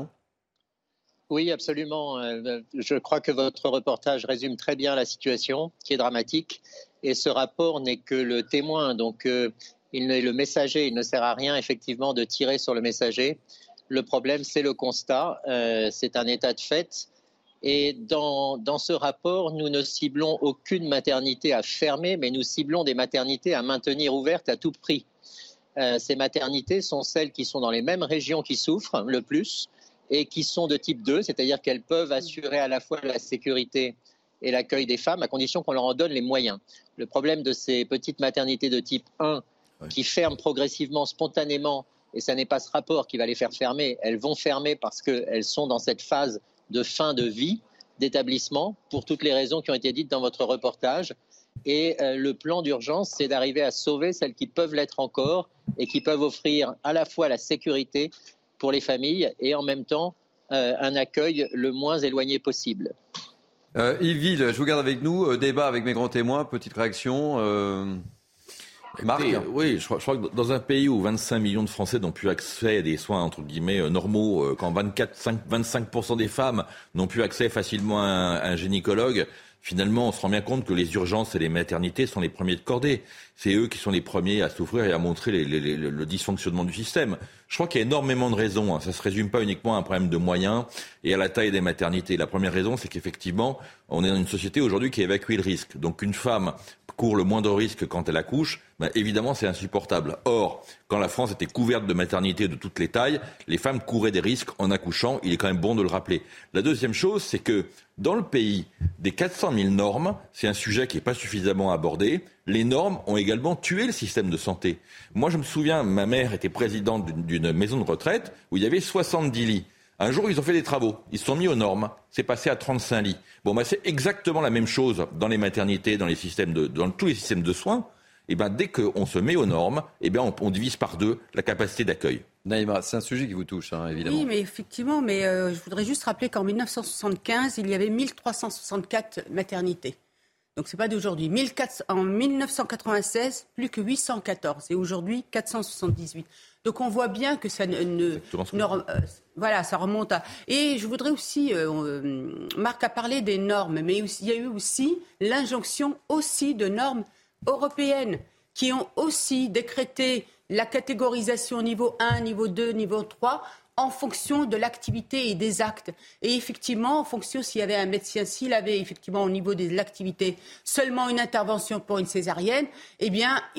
Oui, absolument. Je crois que votre reportage résume très bien la situation, qui est dramatique. Et ce rapport n'est que le témoin. Donc, il est le messager. Il ne sert à rien, effectivement, de tirer sur le messager. Le problème, c'est le constat. C'est un état de fait. Et dans ce rapport, nous ne ciblons aucune maternité à fermer, mais nous ciblons des maternités à maintenir ouvertes à tout prix. Ces maternités sont celles qui sont dans les mêmes régions qui souffrent le plus et qui sont de type 2, c'est-à-dire qu'elles peuvent assurer à la fois la sécurité et l'accueil des femmes à condition qu'on leur en donne les moyens. Le problème de ces petites maternités de type 1 qui ferment progressivement, spontanément, et ça n'est pas ce rapport qui va les faire fermer, elles vont fermer parce qu'elles sont dans cette phase de fin de vie d'établissement pour toutes les raisons qui ont été dites dans votre reportage. Et le plan d'urgence, c'est d'arriver à sauver celles qui peuvent l'être encore et qui peuvent offrir à la fois la sécurité pour les familles et en même temps un accueil le moins éloigné possible. Yves Ville, je vous garde avec nous. Débat avec mes grands témoins. Petite réaction. Marc ? Oui, je crois que dans un pays où 25 millions de Français n'ont plus accès à des soins entre guillemets normaux, quand 25% des femmes n'ont plus accès facilement à un gynécologue, finalement, on se rend bien compte que les urgences et les maternités sont les premiers de cordée. C'est eux qui sont les premiers à souffrir et à montrer le dysfonctionnement du système. Je crois qu'il y a énormément de raisons. Ça ne se résume pas uniquement à un problème de moyens et à la taille des maternités. La première raison, c'est qu'effectivement, on est dans une société aujourd'hui qui évacue le risque. Donc une femme court le moindre risque quand elle accouche, évidemment, c'est insupportable. Or, quand la France était couverte de maternités de toutes les tailles, les femmes couraient des risques en accouchant. Il est quand même bon de le rappeler. La deuxième chose, c'est que dans le pays, des 400 000 normes, c'est un sujet qui n'est pas suffisamment abordé. Les normes ont également tué le système de santé. Moi, je me souviens, ma mère était présidente d'une maison de retraite où il y avait 70 lits. Un jour, ils ont fait des travaux. Ils se sont mis aux normes. C'est passé à 35 lits. C'est exactement la même chose dans les maternités, dans tous les systèmes de soins. Dès qu'on se met aux normes, on divise par 2 la capacité d'accueil. Naïma, c'est un sujet qui vous touche, évidemment. Oui, mais effectivement, je voudrais juste rappeler qu'en 1975, il y avait 1364 maternités. Donc c'est pas d'aujourd'hui. En 1996, plus que 814 et aujourd'hui 478. Donc on voit bien que ça ça remonte à... Et je voudrais aussi, Marc a parlé des normes, mais il y a eu aussi l'injonction aussi de normes européennes qui ont aussi décrété la catégorisation niveau 1, niveau 2, niveau 3 en fonction de l'activité et des actes. Et effectivement, en fonction s'il y avait un médecin, s'il avait effectivement au niveau de l'activité seulement une intervention pour une césarienne, il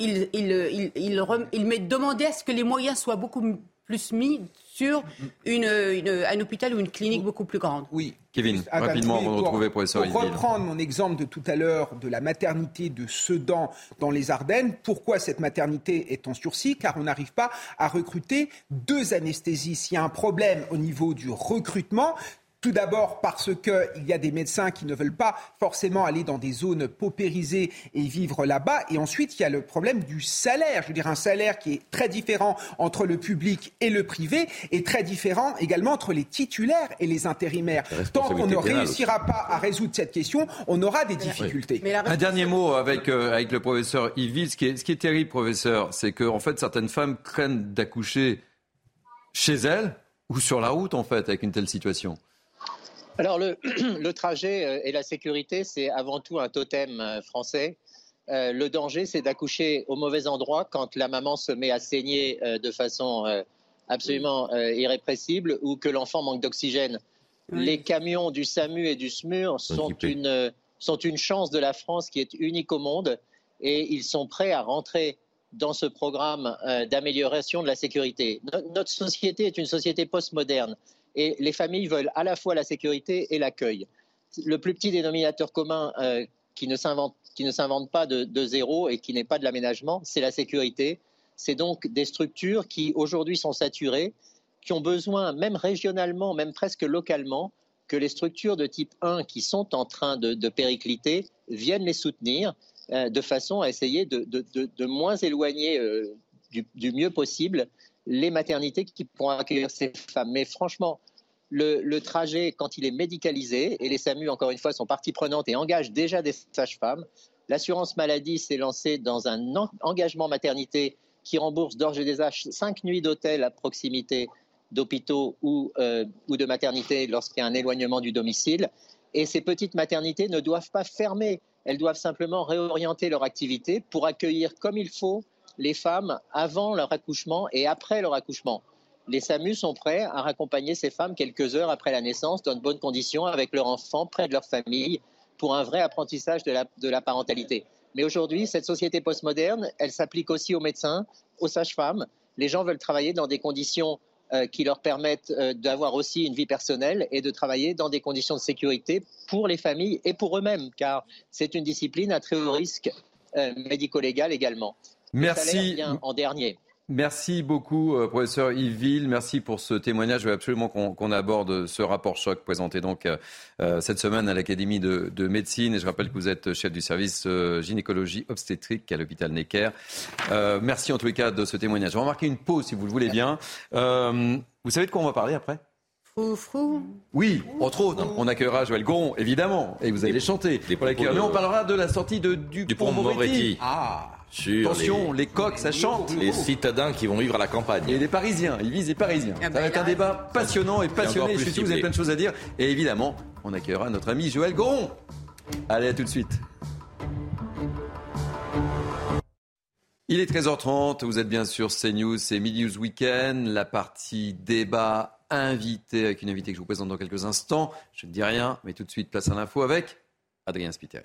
demandait à ce que les moyens soient beaucoup plus mis sur un hôpital ou une clinique beaucoup plus grande. Oui. Kevin, rapidement avant de retrouver professeur Yves Ville. Pour reprendre mon exemple de tout à l'heure de la maternité de Sedan dans les Ardennes, pourquoi cette maternité est en sursis ? Car on n'arrive pas à recruter 2 anesthésistes. Il y a un problème au niveau du recrutement. Tout d'abord parce qu'il y a des médecins qui ne veulent pas forcément aller dans des zones paupérisées et vivre là-bas. Et ensuite, il y a le problème du salaire. Je veux dire, un salaire qui est très différent entre le public et le privé et très différent également entre les titulaires et les intérimaires. Tant qu'on ne réussira pas à résoudre cette question, on aura des difficultés. Oui. Un dernier mot avec le professeur Yves Ville. Ce qui est terrible, professeur, c'est que en fait, certaines femmes craignent d'accoucher chez elles ou sur la route, en fait, avec une telle situation. Alors le trajet et la sécurité, c'est avant tout un totem français. Le danger, c'est d'accoucher au mauvais endroit quand la maman se met à saigner de façon absolument irrépressible ou que l'enfant manque d'oxygène. Oui. Les camions du SAMU et du SMUR sont une chance de la France qui est unique au monde et ils sont prêts à rentrer dans ce programme d'amélioration de la sécurité. Notre société est une société postmoderne. Et les familles veulent à la fois la sécurité et l'accueil. Le plus petit dénominateur commun qui ne s'invente pas de zéro et qui n'est pas de l'aménagement, c'est la sécurité. C'est donc des structures qui aujourd'hui sont saturées, qui ont besoin, même régionalement, même presque localement, que les structures de type 1 qui sont en train de péricliter viennent les soutenir de façon à essayer de moins éloigner du mieux possible les maternités qui pourront accueillir ces femmes. Mais franchement, le trajet, quand il est médicalisé, et les SAMU, encore une fois, sont partie prenante et engagent déjà des sages-femmes, l'assurance maladie s'est lancée dans un engagement maternité qui rembourse d'ores et déjà 5 nuits d'hôtel à proximité d'hôpitaux ou de maternités lorsqu'il y a un éloignement du domicile. Et ces petites maternités ne doivent pas fermer, elles doivent simplement réorienter leur activité pour accueillir comme il faut les femmes avant leur accouchement et après leur accouchement. Les SAMU sont prêts à raccompagner ces femmes quelques heures après la naissance dans de bonnes conditions avec leur enfant, près de leur famille, pour un vrai apprentissage de la parentalité. Mais aujourd'hui, cette société postmoderne, elle s'applique aussi aux médecins, aux sages-femmes. Les gens veulent travailler dans des conditions qui leur permettent d'avoir aussi une vie personnelle et de travailler dans des conditions de sécurité pour les familles et pour eux-mêmes, car c'est une discipline à très haut risque médico-légal également. Merci. Vient en dernier. Merci beaucoup, professeur Yves Ville. Merci pour ce témoignage. Je veux absolument qu'on aborde ce rapport choc présenté donc cette semaine à l'Académie de médecine. Et je rappelle que vous êtes chef du service gynécologie obstétrique à l'hôpital Necker. Merci en tous les cas de ce témoignage. On va marquer une pause si vous le voulez bien. Vous savez de quoi on va parler après ? Frou. Oui, entre autres. On accueillera Joël Goron, évidemment. Et vous allez chanter. Mais on parlera de la sortie du pont Moretti. Attention, les coqs, ça chante. Les citadins qui vont vivre à la campagne. Et les Parisiens, ils visent les Parisiens. Ça va être un débat passionnant et passionné. Je suis sûr que vous avez plein de choses à dire. Et évidemment, on accueillera notre ami Joël Goron. Allez, à tout de suite. Il est 13h30, vous êtes bien sûr CNews, c'est Midi News Weekend, la partie débat invité avec une invitée que je vous présente dans quelques instants. Je ne dis rien, mais tout de suite, place à l'info avec Adrien Spiteri.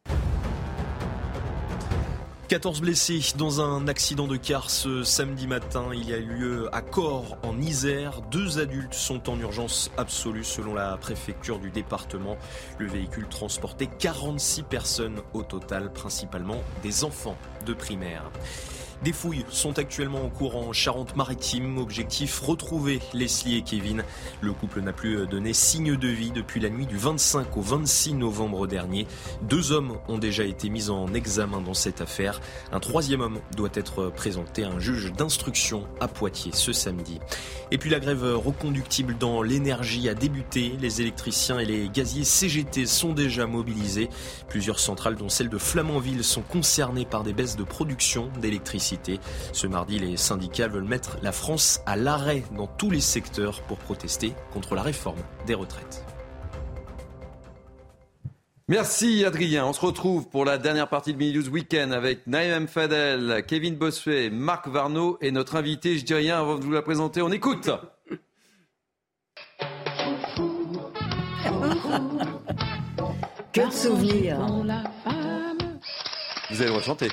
14 blessés dans un accident de car ce samedi matin. Il y a eu lieu à Corre, en Isère. 2 adultes sont en urgence absolue selon la préfecture du département. Le véhicule transportait 46 personnes au total, principalement des enfants de primaire. Des fouilles sont actuellement en cours en Charente-Maritime. Objectif, retrouver Leslie et Kevin. Le couple n'a plus donné signe de vie depuis la nuit du 25 au 26 novembre dernier. 2 hommes ont déjà été mis en examen dans cette affaire. Un 3e homme doit être présenté à un juge d'instruction à Poitiers ce samedi. Et puis la grève reconductible dans l'énergie a débuté. Les électriciens et les gaziers CGT sont déjà mobilisés. Plusieurs centrales, dont celle de Flamanville, sont concernées par des baisses de production d'électricité. Ce mardi, les syndicats veulent mettre la France à l'arrêt dans tous les secteurs pour protester contre la réforme des retraites. Merci Adrien. On se retrouve pour la dernière partie de Midi News Weekend avec Naïm Fadel, Kevin Bossuet, Marc Varnaud et notre invité. Je dis rien avant de vous la présenter. On écoute. Que de souvenirs. Vous allez le chanter.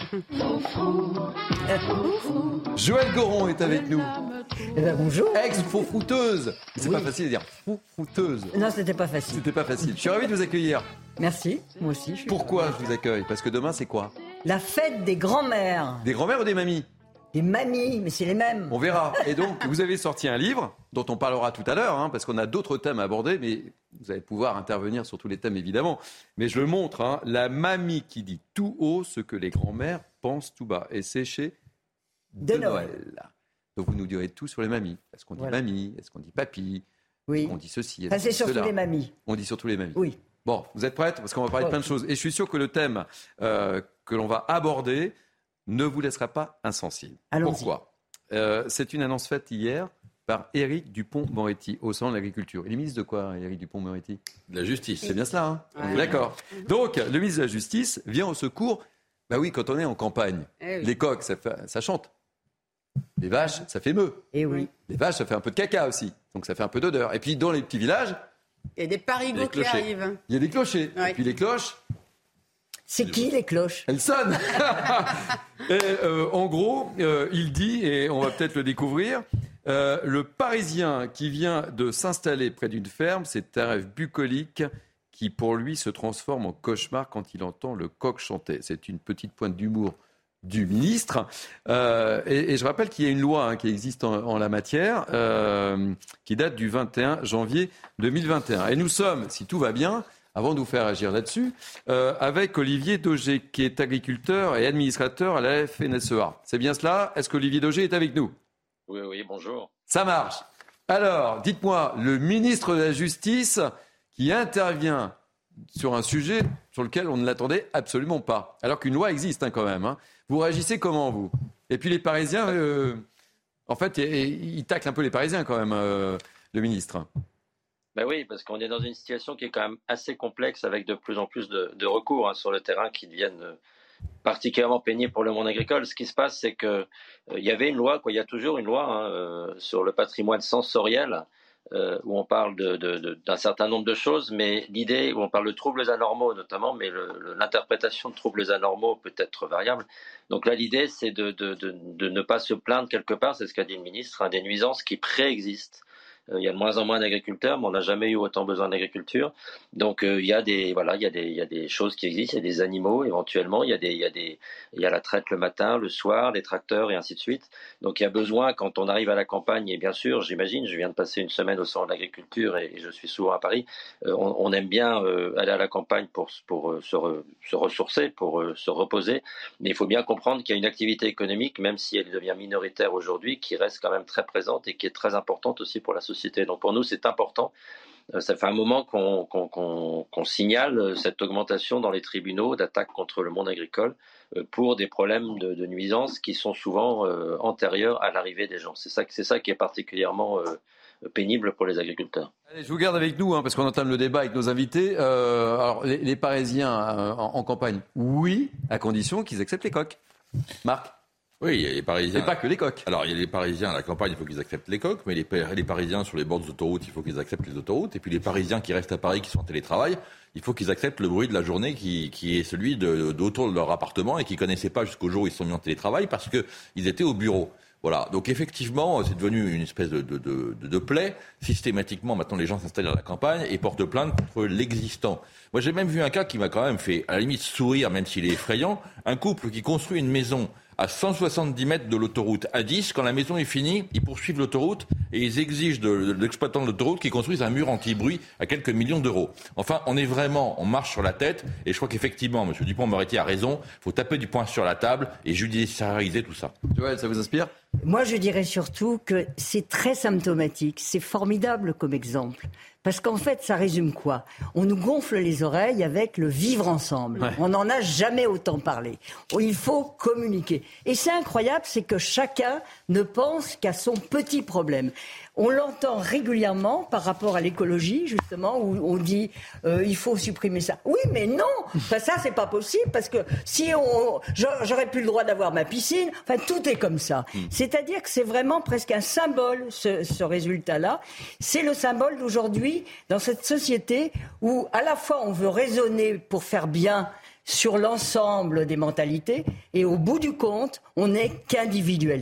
Joël Goron est avec nous. Eh ben bonjour. Ex-faux-frouteuse. C'est pas facile de dire faux-frouteuse. Non, c'était pas facile. C'était pas facile. Je suis ravi de vous accueillir. Merci, moi aussi. Pourquoi je vous accueille ? Parce que demain, c'est quoi ? La fête des grands-mères. Des grands-mères ou des mamies ? Des mamies, mais c'est les mêmes. On verra. Et donc, vous avez sorti un livre dont on parlera tout à l'heure, parce qu'on a d'autres thèmes à aborder, mais vous allez pouvoir intervenir sur tous les thèmes, évidemment. Mais je le montre, la mamie qui dit tout haut ce que les grands-mères pensent tout bas. Et c'est chez De Noël. Donc, vous nous direz tout sur les mamies. Est-ce qu'on dit mamie? Est-ce qu'on dit papy? Oui. Est-ce qu'on dit ceci? Ça, c'est surtout les mamies. On dit surtout les mamies. Oui. Bon, vous êtes prêtes? Parce qu'on va parler de plein de choses. Et je suis sûr que le thème que l'on va aborder ne vous laissera pas insensible. Allons-y. Pourquoi? C'est une annonce faite hier par Éric Dupond-Moretti au Salon de l'Agriculture. Il est ministre de quoi, Éric Dupond-Moretti? De la Justice. C'est bien cela, On est d'accord. Donc, le ministre de la Justice vient au secours. Bah oui, quand on est en campagne, les coqs, ça chante. Les vaches, ça fait meuh. Et oui. Les vaches, ça fait un peu de caca aussi. Donc, ça fait un peu d'odeur. Et puis, dans les petits villages... Il y a des parigots qui arrivent. Il y a des clochers. Ouais. Et puis, les cloches... C'est qui les cloches? Elles sonnent. Et, en gros, il dit, et on va peut-être le découvrir, le Parisien qui vient de s'installer près d'une ferme, c'est un rêve bucolique qui, pour lui, se transforme en cauchemar quand il entend le coq chanter. C'est une petite pointe d'humour du ministre. Et je rappelle qu'il y a une loi qui existe en la matière, qui date du 21 janvier 2021. Et nous sommes, si tout va bien, avant de vous faire agir là-dessus, avec Olivier Daugé, qui est agriculteur et administrateur à la FNSEA. C'est bien cela? Est-ce qu'Olivier Daugé est avec nous? Oui, bonjour. Ça marche. Alors, dites-moi, le ministre de la Justice qui intervient sur un sujet sur lequel on ne l'attendait absolument pas, alors qu'une loi existe quand même. Vous réagissez comment, vous? Et puis les Parisiens, en fait, il tacle un peu les Parisiens quand même, le ministre. Ben oui, parce qu'on est dans une situation qui est quand même assez complexe avec de plus en plus de recours sur le terrain qui deviennent particulièrement pénibles pour le monde agricole. Ce qui se passe, c'est qu'il y avait une loi, il y a toujours une loi sur le patrimoine sensoriel où on parle d'un certain nombre de choses, mais l'idée où on parle de troubles anormaux notamment, mais l'interprétation de troubles anormaux peut être variable. Donc là, l'idée, c'est de ne pas se plaindre quelque part, c'est ce qu'a dit le ministre, des nuisances qui préexistent. Il y a de moins en moins d'agriculteurs, mais on n'a jamais eu autant besoin d'agriculture. Donc il y a des choses qui existent, il y a des animaux éventuellement, il y a la traite le matin, le soir, les tracteurs et ainsi de suite. Donc il y a besoin, quand on arrive à la campagne, et bien sûr, j'imagine, je viens de passer une semaine au salon de l'agriculture et je suis souvent à Paris, on aime bien aller à la campagne pour se ressourcer, pour se reposer, mais il faut bien comprendre qu'il y a une activité économique, même si elle devient minoritaire aujourd'hui, qui reste quand même très présente et qui est très importante aussi pour la société. Donc pour nous, c'est important. Ça fait un moment qu'on signale cette augmentation dans les tribunaux d'attaques contre le monde agricole pour des problèmes de nuisances qui sont souvent antérieurs à l'arrivée des gens. C'est ça qui est particulièrement pénible pour les agriculteurs. Allez, je vous garde avec nous, parce qu'on entame le débat avec nos invités. Alors, les Parisiens en campagne, oui, à condition qu'ils acceptent les coqs. Marc? Oui, il y a les Parisiens. Et pas que les coqs. Alors, il y a les Parisiens à la campagne, il faut qu'ils acceptent les coqs, mais les Parisiens sur les bords des autoroutes, il faut qu'ils acceptent les autoroutes. Et puis les Parisiens qui restent à Paris, qui sont en télétravail, il faut qu'ils acceptent le bruit de la journée qui est celui d'autour de leur appartement et qu'ils ne connaissaient pas jusqu'au jour où ils se sont mis en télétravail parce qu'ils étaient au bureau. Voilà. Donc effectivement, c'est devenu une espèce de plaie. Systématiquement, maintenant, les gens s'installent à la campagne et portent plainte contre l'existant. Moi, j'ai même vu un cas qui m'a quand même fait, à la limite, sourire, même s'il est effrayant. Un couple qui construit une maison à 170 mètres de l'autoroute A10. Quand la maison est finie, ils poursuivent l'autoroute et ils exigent de l'exploitant de l'autoroute qu'il construise un mur anti-bruit à quelques millions d'euros. Enfin, on marche sur la tête et je crois qu'effectivement, M. Dupond-Moretti a raison. Il faut taper du poing sur la table et judiciariser tout ça. Joël, ça vous inspire? Moi, je dirais surtout que c'est très symptomatique. C'est formidable comme exemple. Parce qu'en fait, ça résume quoi? On nous gonfle les oreilles avec le vivre ensemble. Ouais. On n'en a jamais autant parlé. Il faut communiquer. Et c'est incroyable, c'est que chacun ne pense qu'à son petit problème. On l'entend régulièrement par rapport à l'écologie, justement, où on dit il faut supprimer ça. Oui, mais non, ça c'est pas possible parce que si j'aurais plus le droit d'avoir ma piscine. Enfin, tout est comme ça. C'est-à-dire que c'est vraiment presque un symbole ce résultat-là. C'est le symbole d'aujourd'hui dans cette société où à la fois on veut raisonner pour faire bien sur l'ensemble des mentalités et au bout du compte, on n'est qu'individualiste.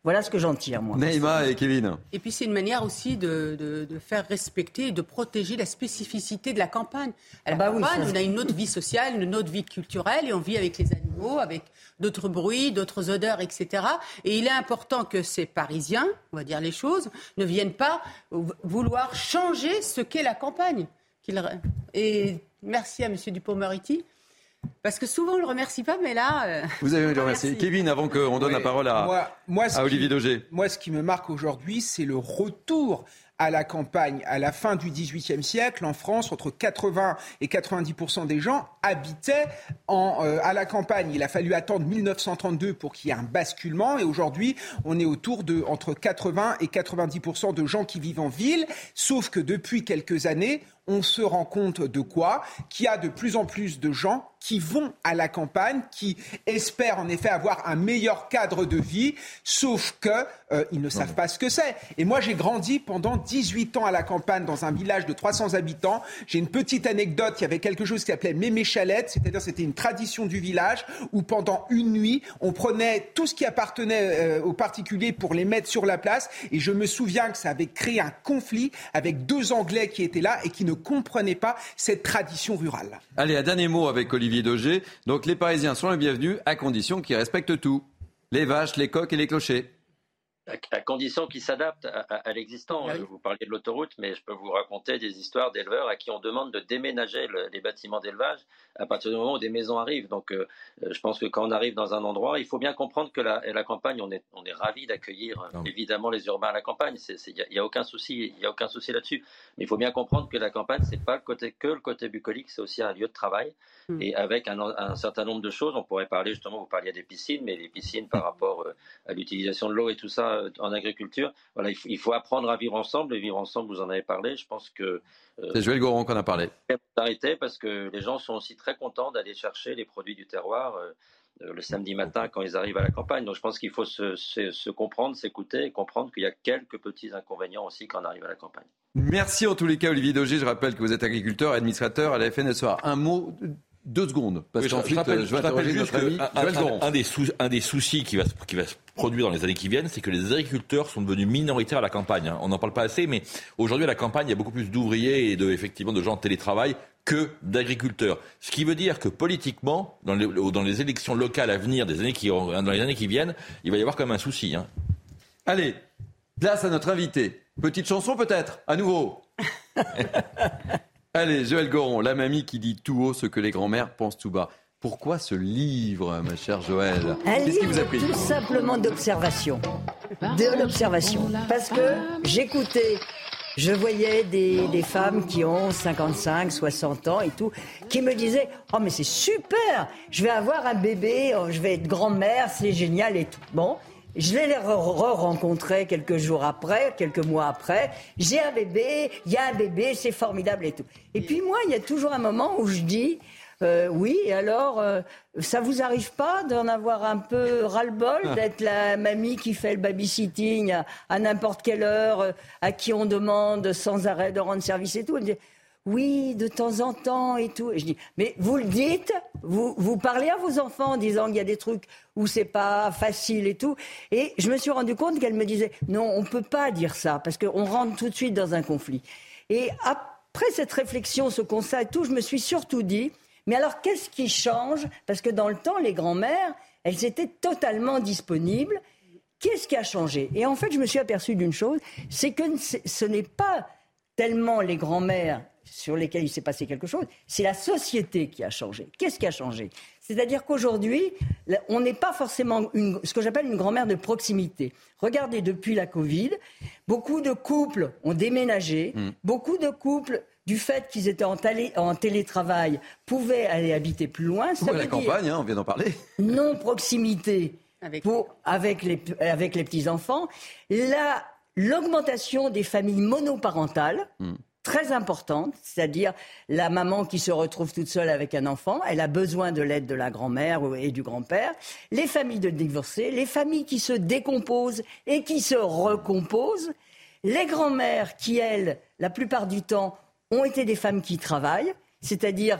Voilà ce que j'en tire, moi. Naïma et Kevin. Et puis c'est une manière aussi de faire respecter et de protéger la spécificité de la campagne. À la campagne, on a une autre vie sociale, une autre vie culturelle, et on vit avec les animaux, avec d'autres bruits, d'autres odeurs, etc. Et il est important que ces Parisiens, on va dire les choses, ne viennent pas vouloir changer ce qu'est la campagne. Et merci à M. Dupond-Moretti. Parce que souvent on ne le remercie pas, mais là... Vous avez le remercier. Kevin, avant qu'on donne la parole à Olivier Daugé. Moi, ce qui me marque aujourd'hui, c'est le retour à la campagne. À la fin du XVIIIe siècle, en France, entre 80 et 90% des gens habitaient à la campagne. Il a fallu attendre 1932 pour qu'il y ait un basculement. Et aujourd'hui, on est autour de entre 80 et 90% de gens qui vivent en ville. Sauf que depuis quelques années, on se rend compte de quoi ? Qu'il y a de plus en plus de gens qui vont à la campagne, qui espèrent en effet avoir un meilleur cadre de vie, sauf qu'ils ne savent pas ce que c'est. Et moi, j'ai grandi pendant 18 ans à la campagne, dans un village de 300 habitants. J'ai une petite anecdote, il y avait quelque chose qui s'appelait Mémé Chalette, c'est-à-dire c'était une tradition du village, où pendant une nuit, on prenait tout ce qui appartenait aux particuliers pour les mettre sur la place. Et je me souviens que ça avait créé un conflit avec 2 Anglais qui étaient là et qui ne comprenaient pas cette tradition rurale. Allez, un dernier mot avec Olivier Daugé. Donc les Parisiens sont les bienvenus à condition qu'ils respectent tout. Les vaches, les coqs et les clochers. À condition qu'ils s'adaptent à l'existant. Oui. Vous parliez de l'autoroute, mais je peux vous raconter des histoires d'éleveurs à qui on demande de déménager les bâtiments d'élevage à partir du moment où des maisons arrivent. Donc je pense que quand on arrive dans un endroit, il faut bien comprendre que la campagne, on est ravis d'accueillir évidemment les urbains à la campagne. Il n'y a aucun souci, là-dessus. Mais il faut bien comprendre que la campagne, c'est pas que le côté bucolique, c'est aussi un lieu de travail. Et avec un certain nombre de choses, on pourrait parler justement, vous parliez des piscines, mais les piscines par rapport à l'utilisation de l'eau et tout ça en agriculture, voilà, il faut apprendre à vivre ensemble. Et vivre ensemble, vous en avez parlé, je pense que... c'est Joël Goron qu'on a parlé. Arrêter parce que les gens sont aussi très contents d'aller chercher les produits du terroir le samedi matin quand ils arrivent à la campagne. Donc je pense qu'il faut se comprendre, s'écouter et comprendre qu'il y a quelques petits inconvénients aussi quand on arrive à la campagne. Merci en tous les cas Olivier Daugé. Je rappelle que vous êtes agriculteur et administrateur à la FNSEA. Un mot... 2 secondes. Parce qu'ensuite, je rappelle juste qu'un des soucis qui va se produire dans les années qui viennent, c'est que les agriculteurs sont devenus minoritaires à la campagne. On n'en parle pas assez, mais aujourd'hui à la campagne, il y a beaucoup plus d'ouvriers et effectivement de gens en télétravail que d'agriculteurs. Ce qui veut dire que politiquement, dans les élections locales à venir, dans les années qui viennent, il va y avoir quand même un souci. Allez, place à notre invité. Petite chanson peut-être, à nouveau. Allez, Joël Goron, la mamie qui dit tout haut ce que les grands-mères pensent tout bas. Pourquoi ce livre, ma chère Joël ? Qu'est-ce qui vous a pris ? Tout simplement d'observation. De l'observation. Parce que j'écoutais, je voyais des femmes qui ont 55, 60 ans et tout, qui me disaient « Oh mais c'est super, je vais avoir un bébé, je vais être grand-mère, c'est génial et tout. » Bon. Je les re-rencontrais quelques mois après. J'ai un bébé, il y a un bébé, c'est formidable et tout. Et puis moi, il y a toujours un moment où je dis, oui, alors, ça vous arrive pas d'en avoir un peu ras-le-bol, d'être la mamie qui fait le babysitting à n'importe quelle heure, à qui on demande sans arrêt de rendre service et tout. Elle me dit, oui, de temps en temps et tout. Et je dis, mais vous le dites, vous parlez à vos enfants en disant qu'il y a des trucs où c'est pas facile et tout. Et je me suis rendu compte qu'elle me disait, non, on peut pas dire ça, parce qu'on rentre tout de suite dans un conflit. Et après cette réflexion, ce constat et tout, je me suis surtout dit, mais alors qu'est-ce qui change ? Parce que dans le temps, les grands-mères, elles étaient totalement disponibles. Qu'est-ce qui a changé ? Et en fait, je me suis aperçu d'une chose, c'est que ce n'est pas tellement les grands-mères sur lesquels il s'est passé quelque chose, c'est la société qui a changé. Qu'est-ce qui a changé ? C'est-à-dire qu'aujourd'hui, on n'est pas forcément ce que j'appelle une grand-mère de proximité. Regardez, depuis la Covid, beaucoup de couples ont déménagé, beaucoup de couples, du fait qu'ils étaient en télétravail, pouvaient aller habiter plus loin. Ça veut la campagne, on vient d'en parler. Non-proximité avec les petits-enfants. L'augmentation des familles monoparentales, très importante, c'est-à-dire la maman qui se retrouve toute seule avec un enfant, elle a besoin de l'aide de la grand-mère et du grand-père, les familles de divorcés, les familles qui se décomposent et qui se recomposent, les grand-mères qui, elles, la plupart du temps, ont été des femmes qui travaillent, c'est-à-dire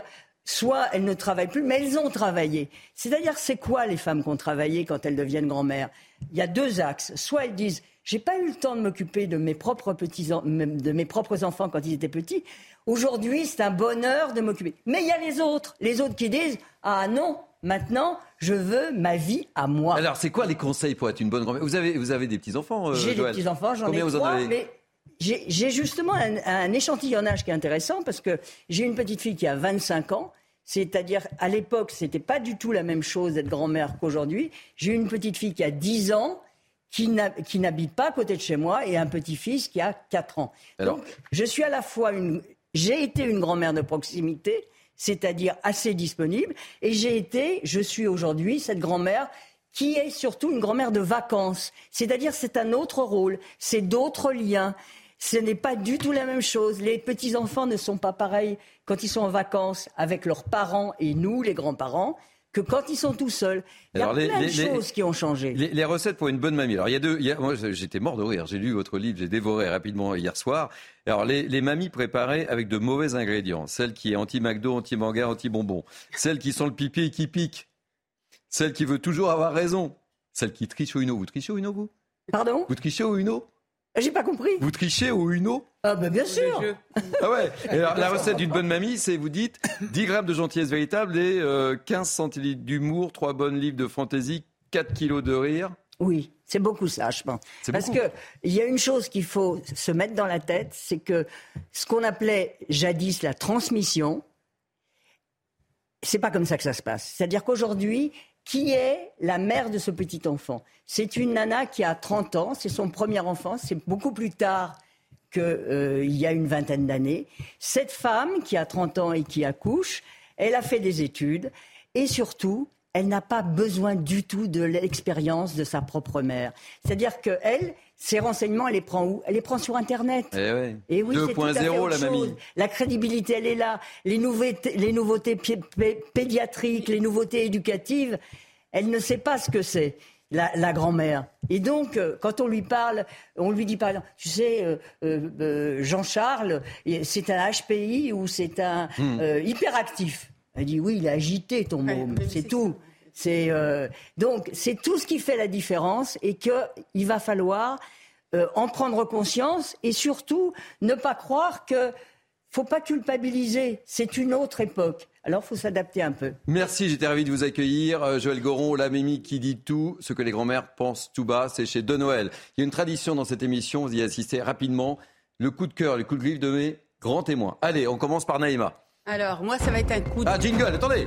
soit elles ne travaillent plus, mais elles ont travaillé. C'est-à-dire, c'est quoi les femmes qui ont travaillé quand elles deviennent grand-mères ? Il y a 2 axes. Soit elles disent, j'ai pas eu le temps de m'occuper de mes propres enfants quand ils étaient petits. Aujourd'hui, c'est un bonheur de m'occuper. Mais il y a les autres qui disent, ah non, maintenant, je veux ma vie à moi. Alors, c'est quoi les conseils pour être une bonne grand-mère ? Vous avez des petits-enfants, J'ai Joël ? des petits-enfants, j'en Combien ai vous en 3, avez ? mais j'ai justement un échantillonnage qui est intéressant parce que j'ai une petite fille qui a 25 ans. C'est-à-dire, à l'époque, c'était pas du tout la même chose d'être grand-mère qu'aujourd'hui. J'ai une petite fille qui a 10 ans, qui n'habite pas à côté de chez moi, et un petit-fils qui a 4 ans. Alors, donc, je suis à la fois j'ai été une grand-mère de proximité, c'est-à-dire assez disponible, et je suis aujourd'hui cette grand-mère qui est surtout une grand-mère de vacances. C'est-à-dire, c'est un autre rôle, c'est d'autres liens. Ce n'est pas du tout la même chose. Les petits-enfants ne sont pas pareils quand ils sont en vacances avec leurs parents et nous, les grands-parents, que quand ils sont tout seuls. Il y a plein de choses qui ont changé. Les recettes pour une bonne mamie. Alors, moi, j'étais mort de rire. J'ai lu votre livre, j'ai dévoré rapidement hier soir. Alors, les mamies préparées avec de mauvais ingrédients. Celle qui est anti-McDo, anti-manga, anti-bonbon. Celle qui sent le pipi et qui pique. Celle qui veut toujours avoir raison. Celle qui triche au Uno. Vous trichez au Uno, vous ? Pardon ? Vous trichez au Uno ? J'ai pas compris. Vous trichez au Uno ? Ah ben bien sûr. Ah ouais. Et alors, la recette d'une bonne mamie, c'est, vous dites, 10 grammes de gentillesse véritable et 15 centilitres d'humour, 3 bonnes livres de fantaisie, 4 kilos de rire. Oui, c'est beaucoup ça, je pense. Parce qu'il y a une chose qu'il faut se mettre dans la tête, c'est que ce qu'on appelait jadis la transmission, c'est pas comme ça que ça se passe. C'est-à-dire qu'aujourd'hui, qui est la mère de ce petit enfant ? C'est une nana qui a 30 ans, c'est son premier enfant, c'est beaucoup plus tard qu'il y a une vingtaine d'années. Cette femme qui a 30 ans et qui accouche, elle a fait des études et surtout, elle n'a pas besoin du tout de l'expérience de sa propre mère. C'est-à-dire qu'elle, ses renseignements, elle les prend où ? Elle les prend sur Internet. Et oui, 2.0 la mamie. La crédibilité, elle est là. Les nouveautés pédiatriques, les nouveautés éducatives, elle ne sait pas ce que c'est, la grand-mère. Et donc, quand on lui parle, on lui dit par exemple, tu sais, Jean-Charles, c'est un HPI ou c'est un hyperactif. Elle dit oui, il est agité ton môme, c'est tout. Donc c'est tout ce qui fait la différence et qu'il va falloir en prendre conscience et surtout ne pas croire que faut pas culpabiliser. C'est une autre époque. Alors il faut s'adapter un peu. Merci, j'étais ravi de vous accueillir. Joël Goron, la Mimi qui dit tout, ce que les grands-mères pensent tout bas, c'est chez De Noël. Il y a une tradition dans cette émission, vous y assistez rapidement. Le coup de cœur, le coup de griffe de mes grands témoins. Allez, on commence par Naïma. Alors, moi, ça va être un coup de... Ah, jingle, attendez.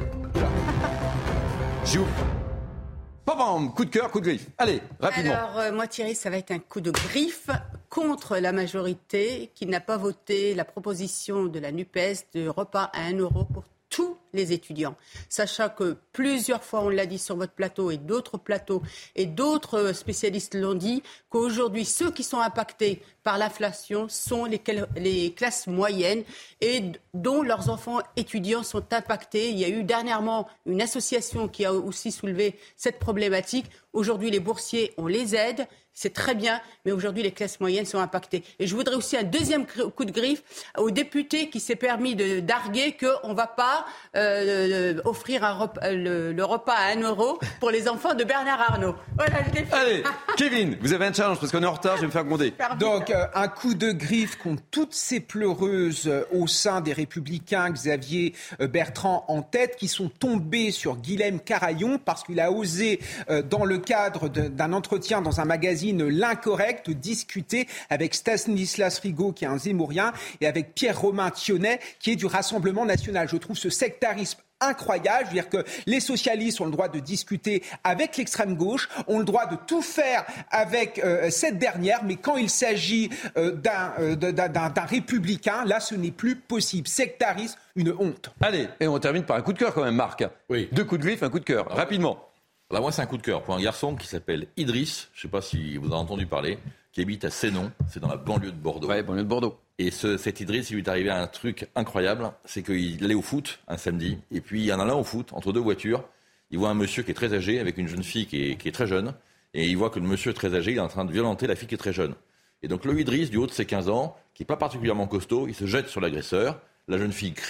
Jou. Pam, coup de cœur, coup de griffe. Allez, rapidement. Alors, moi, Thierry, ça va être un coup de griffe contre la majorité qui n'a pas voté la proposition de la NUPES de repas à 1 € pour tous les étudiants. Sachant que plusieurs fois, on l'a dit sur votre plateau et d'autres plateaux et d'autres spécialistes l'ont dit, qu'aujourd'hui, ceux qui sont impactés par l'inflation sont les classes moyennes et dont leurs enfants étudiants sont impactés. Il y a eu dernièrement une association qui a aussi soulevé cette problématique. Aujourd'hui, les boursiers, on les aide. C'est très bien, mais aujourd'hui, les classes moyennes sont impactées. Et je voudrais aussi un deuxième coup de griffe au député qui s'est permis de darguer qu'on ne va pas offrir le repas à 1 € pour les enfants de Bernard Arnault. Voilà, je l'ai fait. Allez, Kevin, vous avez un challenge parce qu'on est en retard, je vais me faire gronder. Donc, un coup de griffe contre toutes ces pleureuses au sein des Républicains, Xavier Bertrand en tête, qui sont tombées sur Guilhem Carayon parce qu'il a osé, dans le cadre d'un entretien dans un magazine L'Incorrect, discuter avec Stanislas Rigaud, qui est un Zemmourien, et avec Pierre-Romain Thionnet, qui est du Rassemblement national. Je trouve ce sectarisme incroyable. Je veux dire que les socialistes ont le droit de discuter avec l'extrême gauche, ont le droit de tout faire avec cette dernière, mais quand il s'agit d'un républicain, là, ce n'est plus possible. Sectarisme, une honte. Allez, et on termine par un coup de cœur quand même, Marc. Oui. 2 coups de griffe, un coup de cœur. Rapidement. Alors moi, c'est un coup de cœur pour un garçon qui s'appelle Idriss, je ne sais pas si vous en avez entendu parler, qui habite à Sénon, c'est dans la banlieue de Bordeaux. Ouais, banlieue de Bordeaux. Et cet Idriss, il lui est arrivé un truc incroyable, c'est qu'il allait au foot un samedi, et puis il y en a l'un au foot, entre 2 voitures, il voit un monsieur qui est très âgé avec une jeune fille qui est très jeune, et il voit que le monsieur très âgé il est en train de violenter la fille qui est très jeune. Et donc le Idriss, du haut de ses 15 ans, qui n'est pas particulièrement costaud, il se jette sur l'agresseur, la jeune fille crie,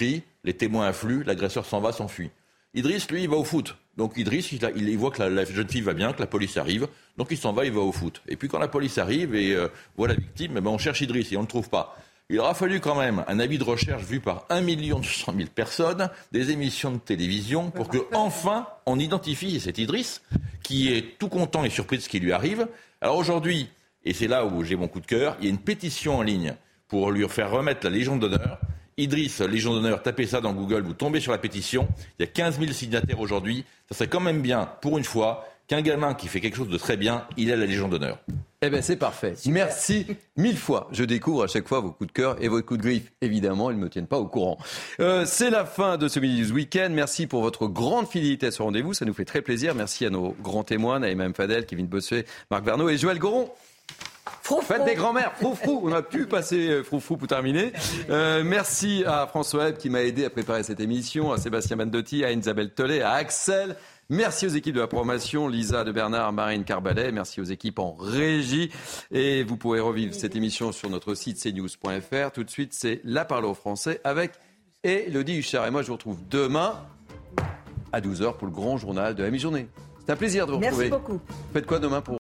les témoins affluent, l'agresseur s'en va, s'enfuit. Idriss, lui, il va au foot. Donc Idriss, il voit que la jeune fille va bien, que la police arrive, donc il s'en va, il va au foot. Et puis quand la police arrive et voit la victime, on cherche Idriss et on ne le trouve pas. Il aura fallu quand même un avis de recherche vu par 1 200 000 personnes, des émissions de télévision, pour que enfin on identifie cet Idriss, qui est tout content et surpris de ce qui lui arrive. Alors aujourd'hui, et c'est là où j'ai mon coup de cœur, il y a une pétition en ligne pour lui faire remettre la Légion d'honneur. Idriss, Légion d'honneur, tapez ça dans Google, vous tombez sur la pétition. Il y a 15 000 signataires aujourd'hui. Ça serait quand même bien, pour une fois, qu'un gamin qui fait quelque chose de très bien, il ait la Légion d'honneur. Eh bien, c'est parfait. Merci 1000 fois. Je découvre à chaque fois vos coups de cœur et vos coups de griffe. Évidemment, ils ne me tiennent pas au courant. C'est la fin de ce Midi News Weekend. Merci pour votre grande fidélité à ce rendez-vous. Ça nous fait très plaisir. Merci à nos grands témoins, Naïma M. Fadel, Kevin Bossuet, Marc Vernot et Joël Goron. Faites des grands-mères, froufrou, on a pu passer froufrou pour terminer. Merci à François Hebb qui m'a aidé à préparer cette émission, à Sébastien Mandotti, à Isabelle Tollet, à Axel. Merci aux équipes de la programmation, Lisa de Bernard, Marine Carbalet. Merci aux équipes en régie. Et vous pourrez revivre cette émission sur notre site cnews.fr. Tout de suite, c'est La Parole aux Français avec Élodie Huchard. Et moi, je vous retrouve demain à 12h pour le grand journal de la mi-journée. C'est un plaisir de vous retrouver. Merci beaucoup. Faites quoi demain pour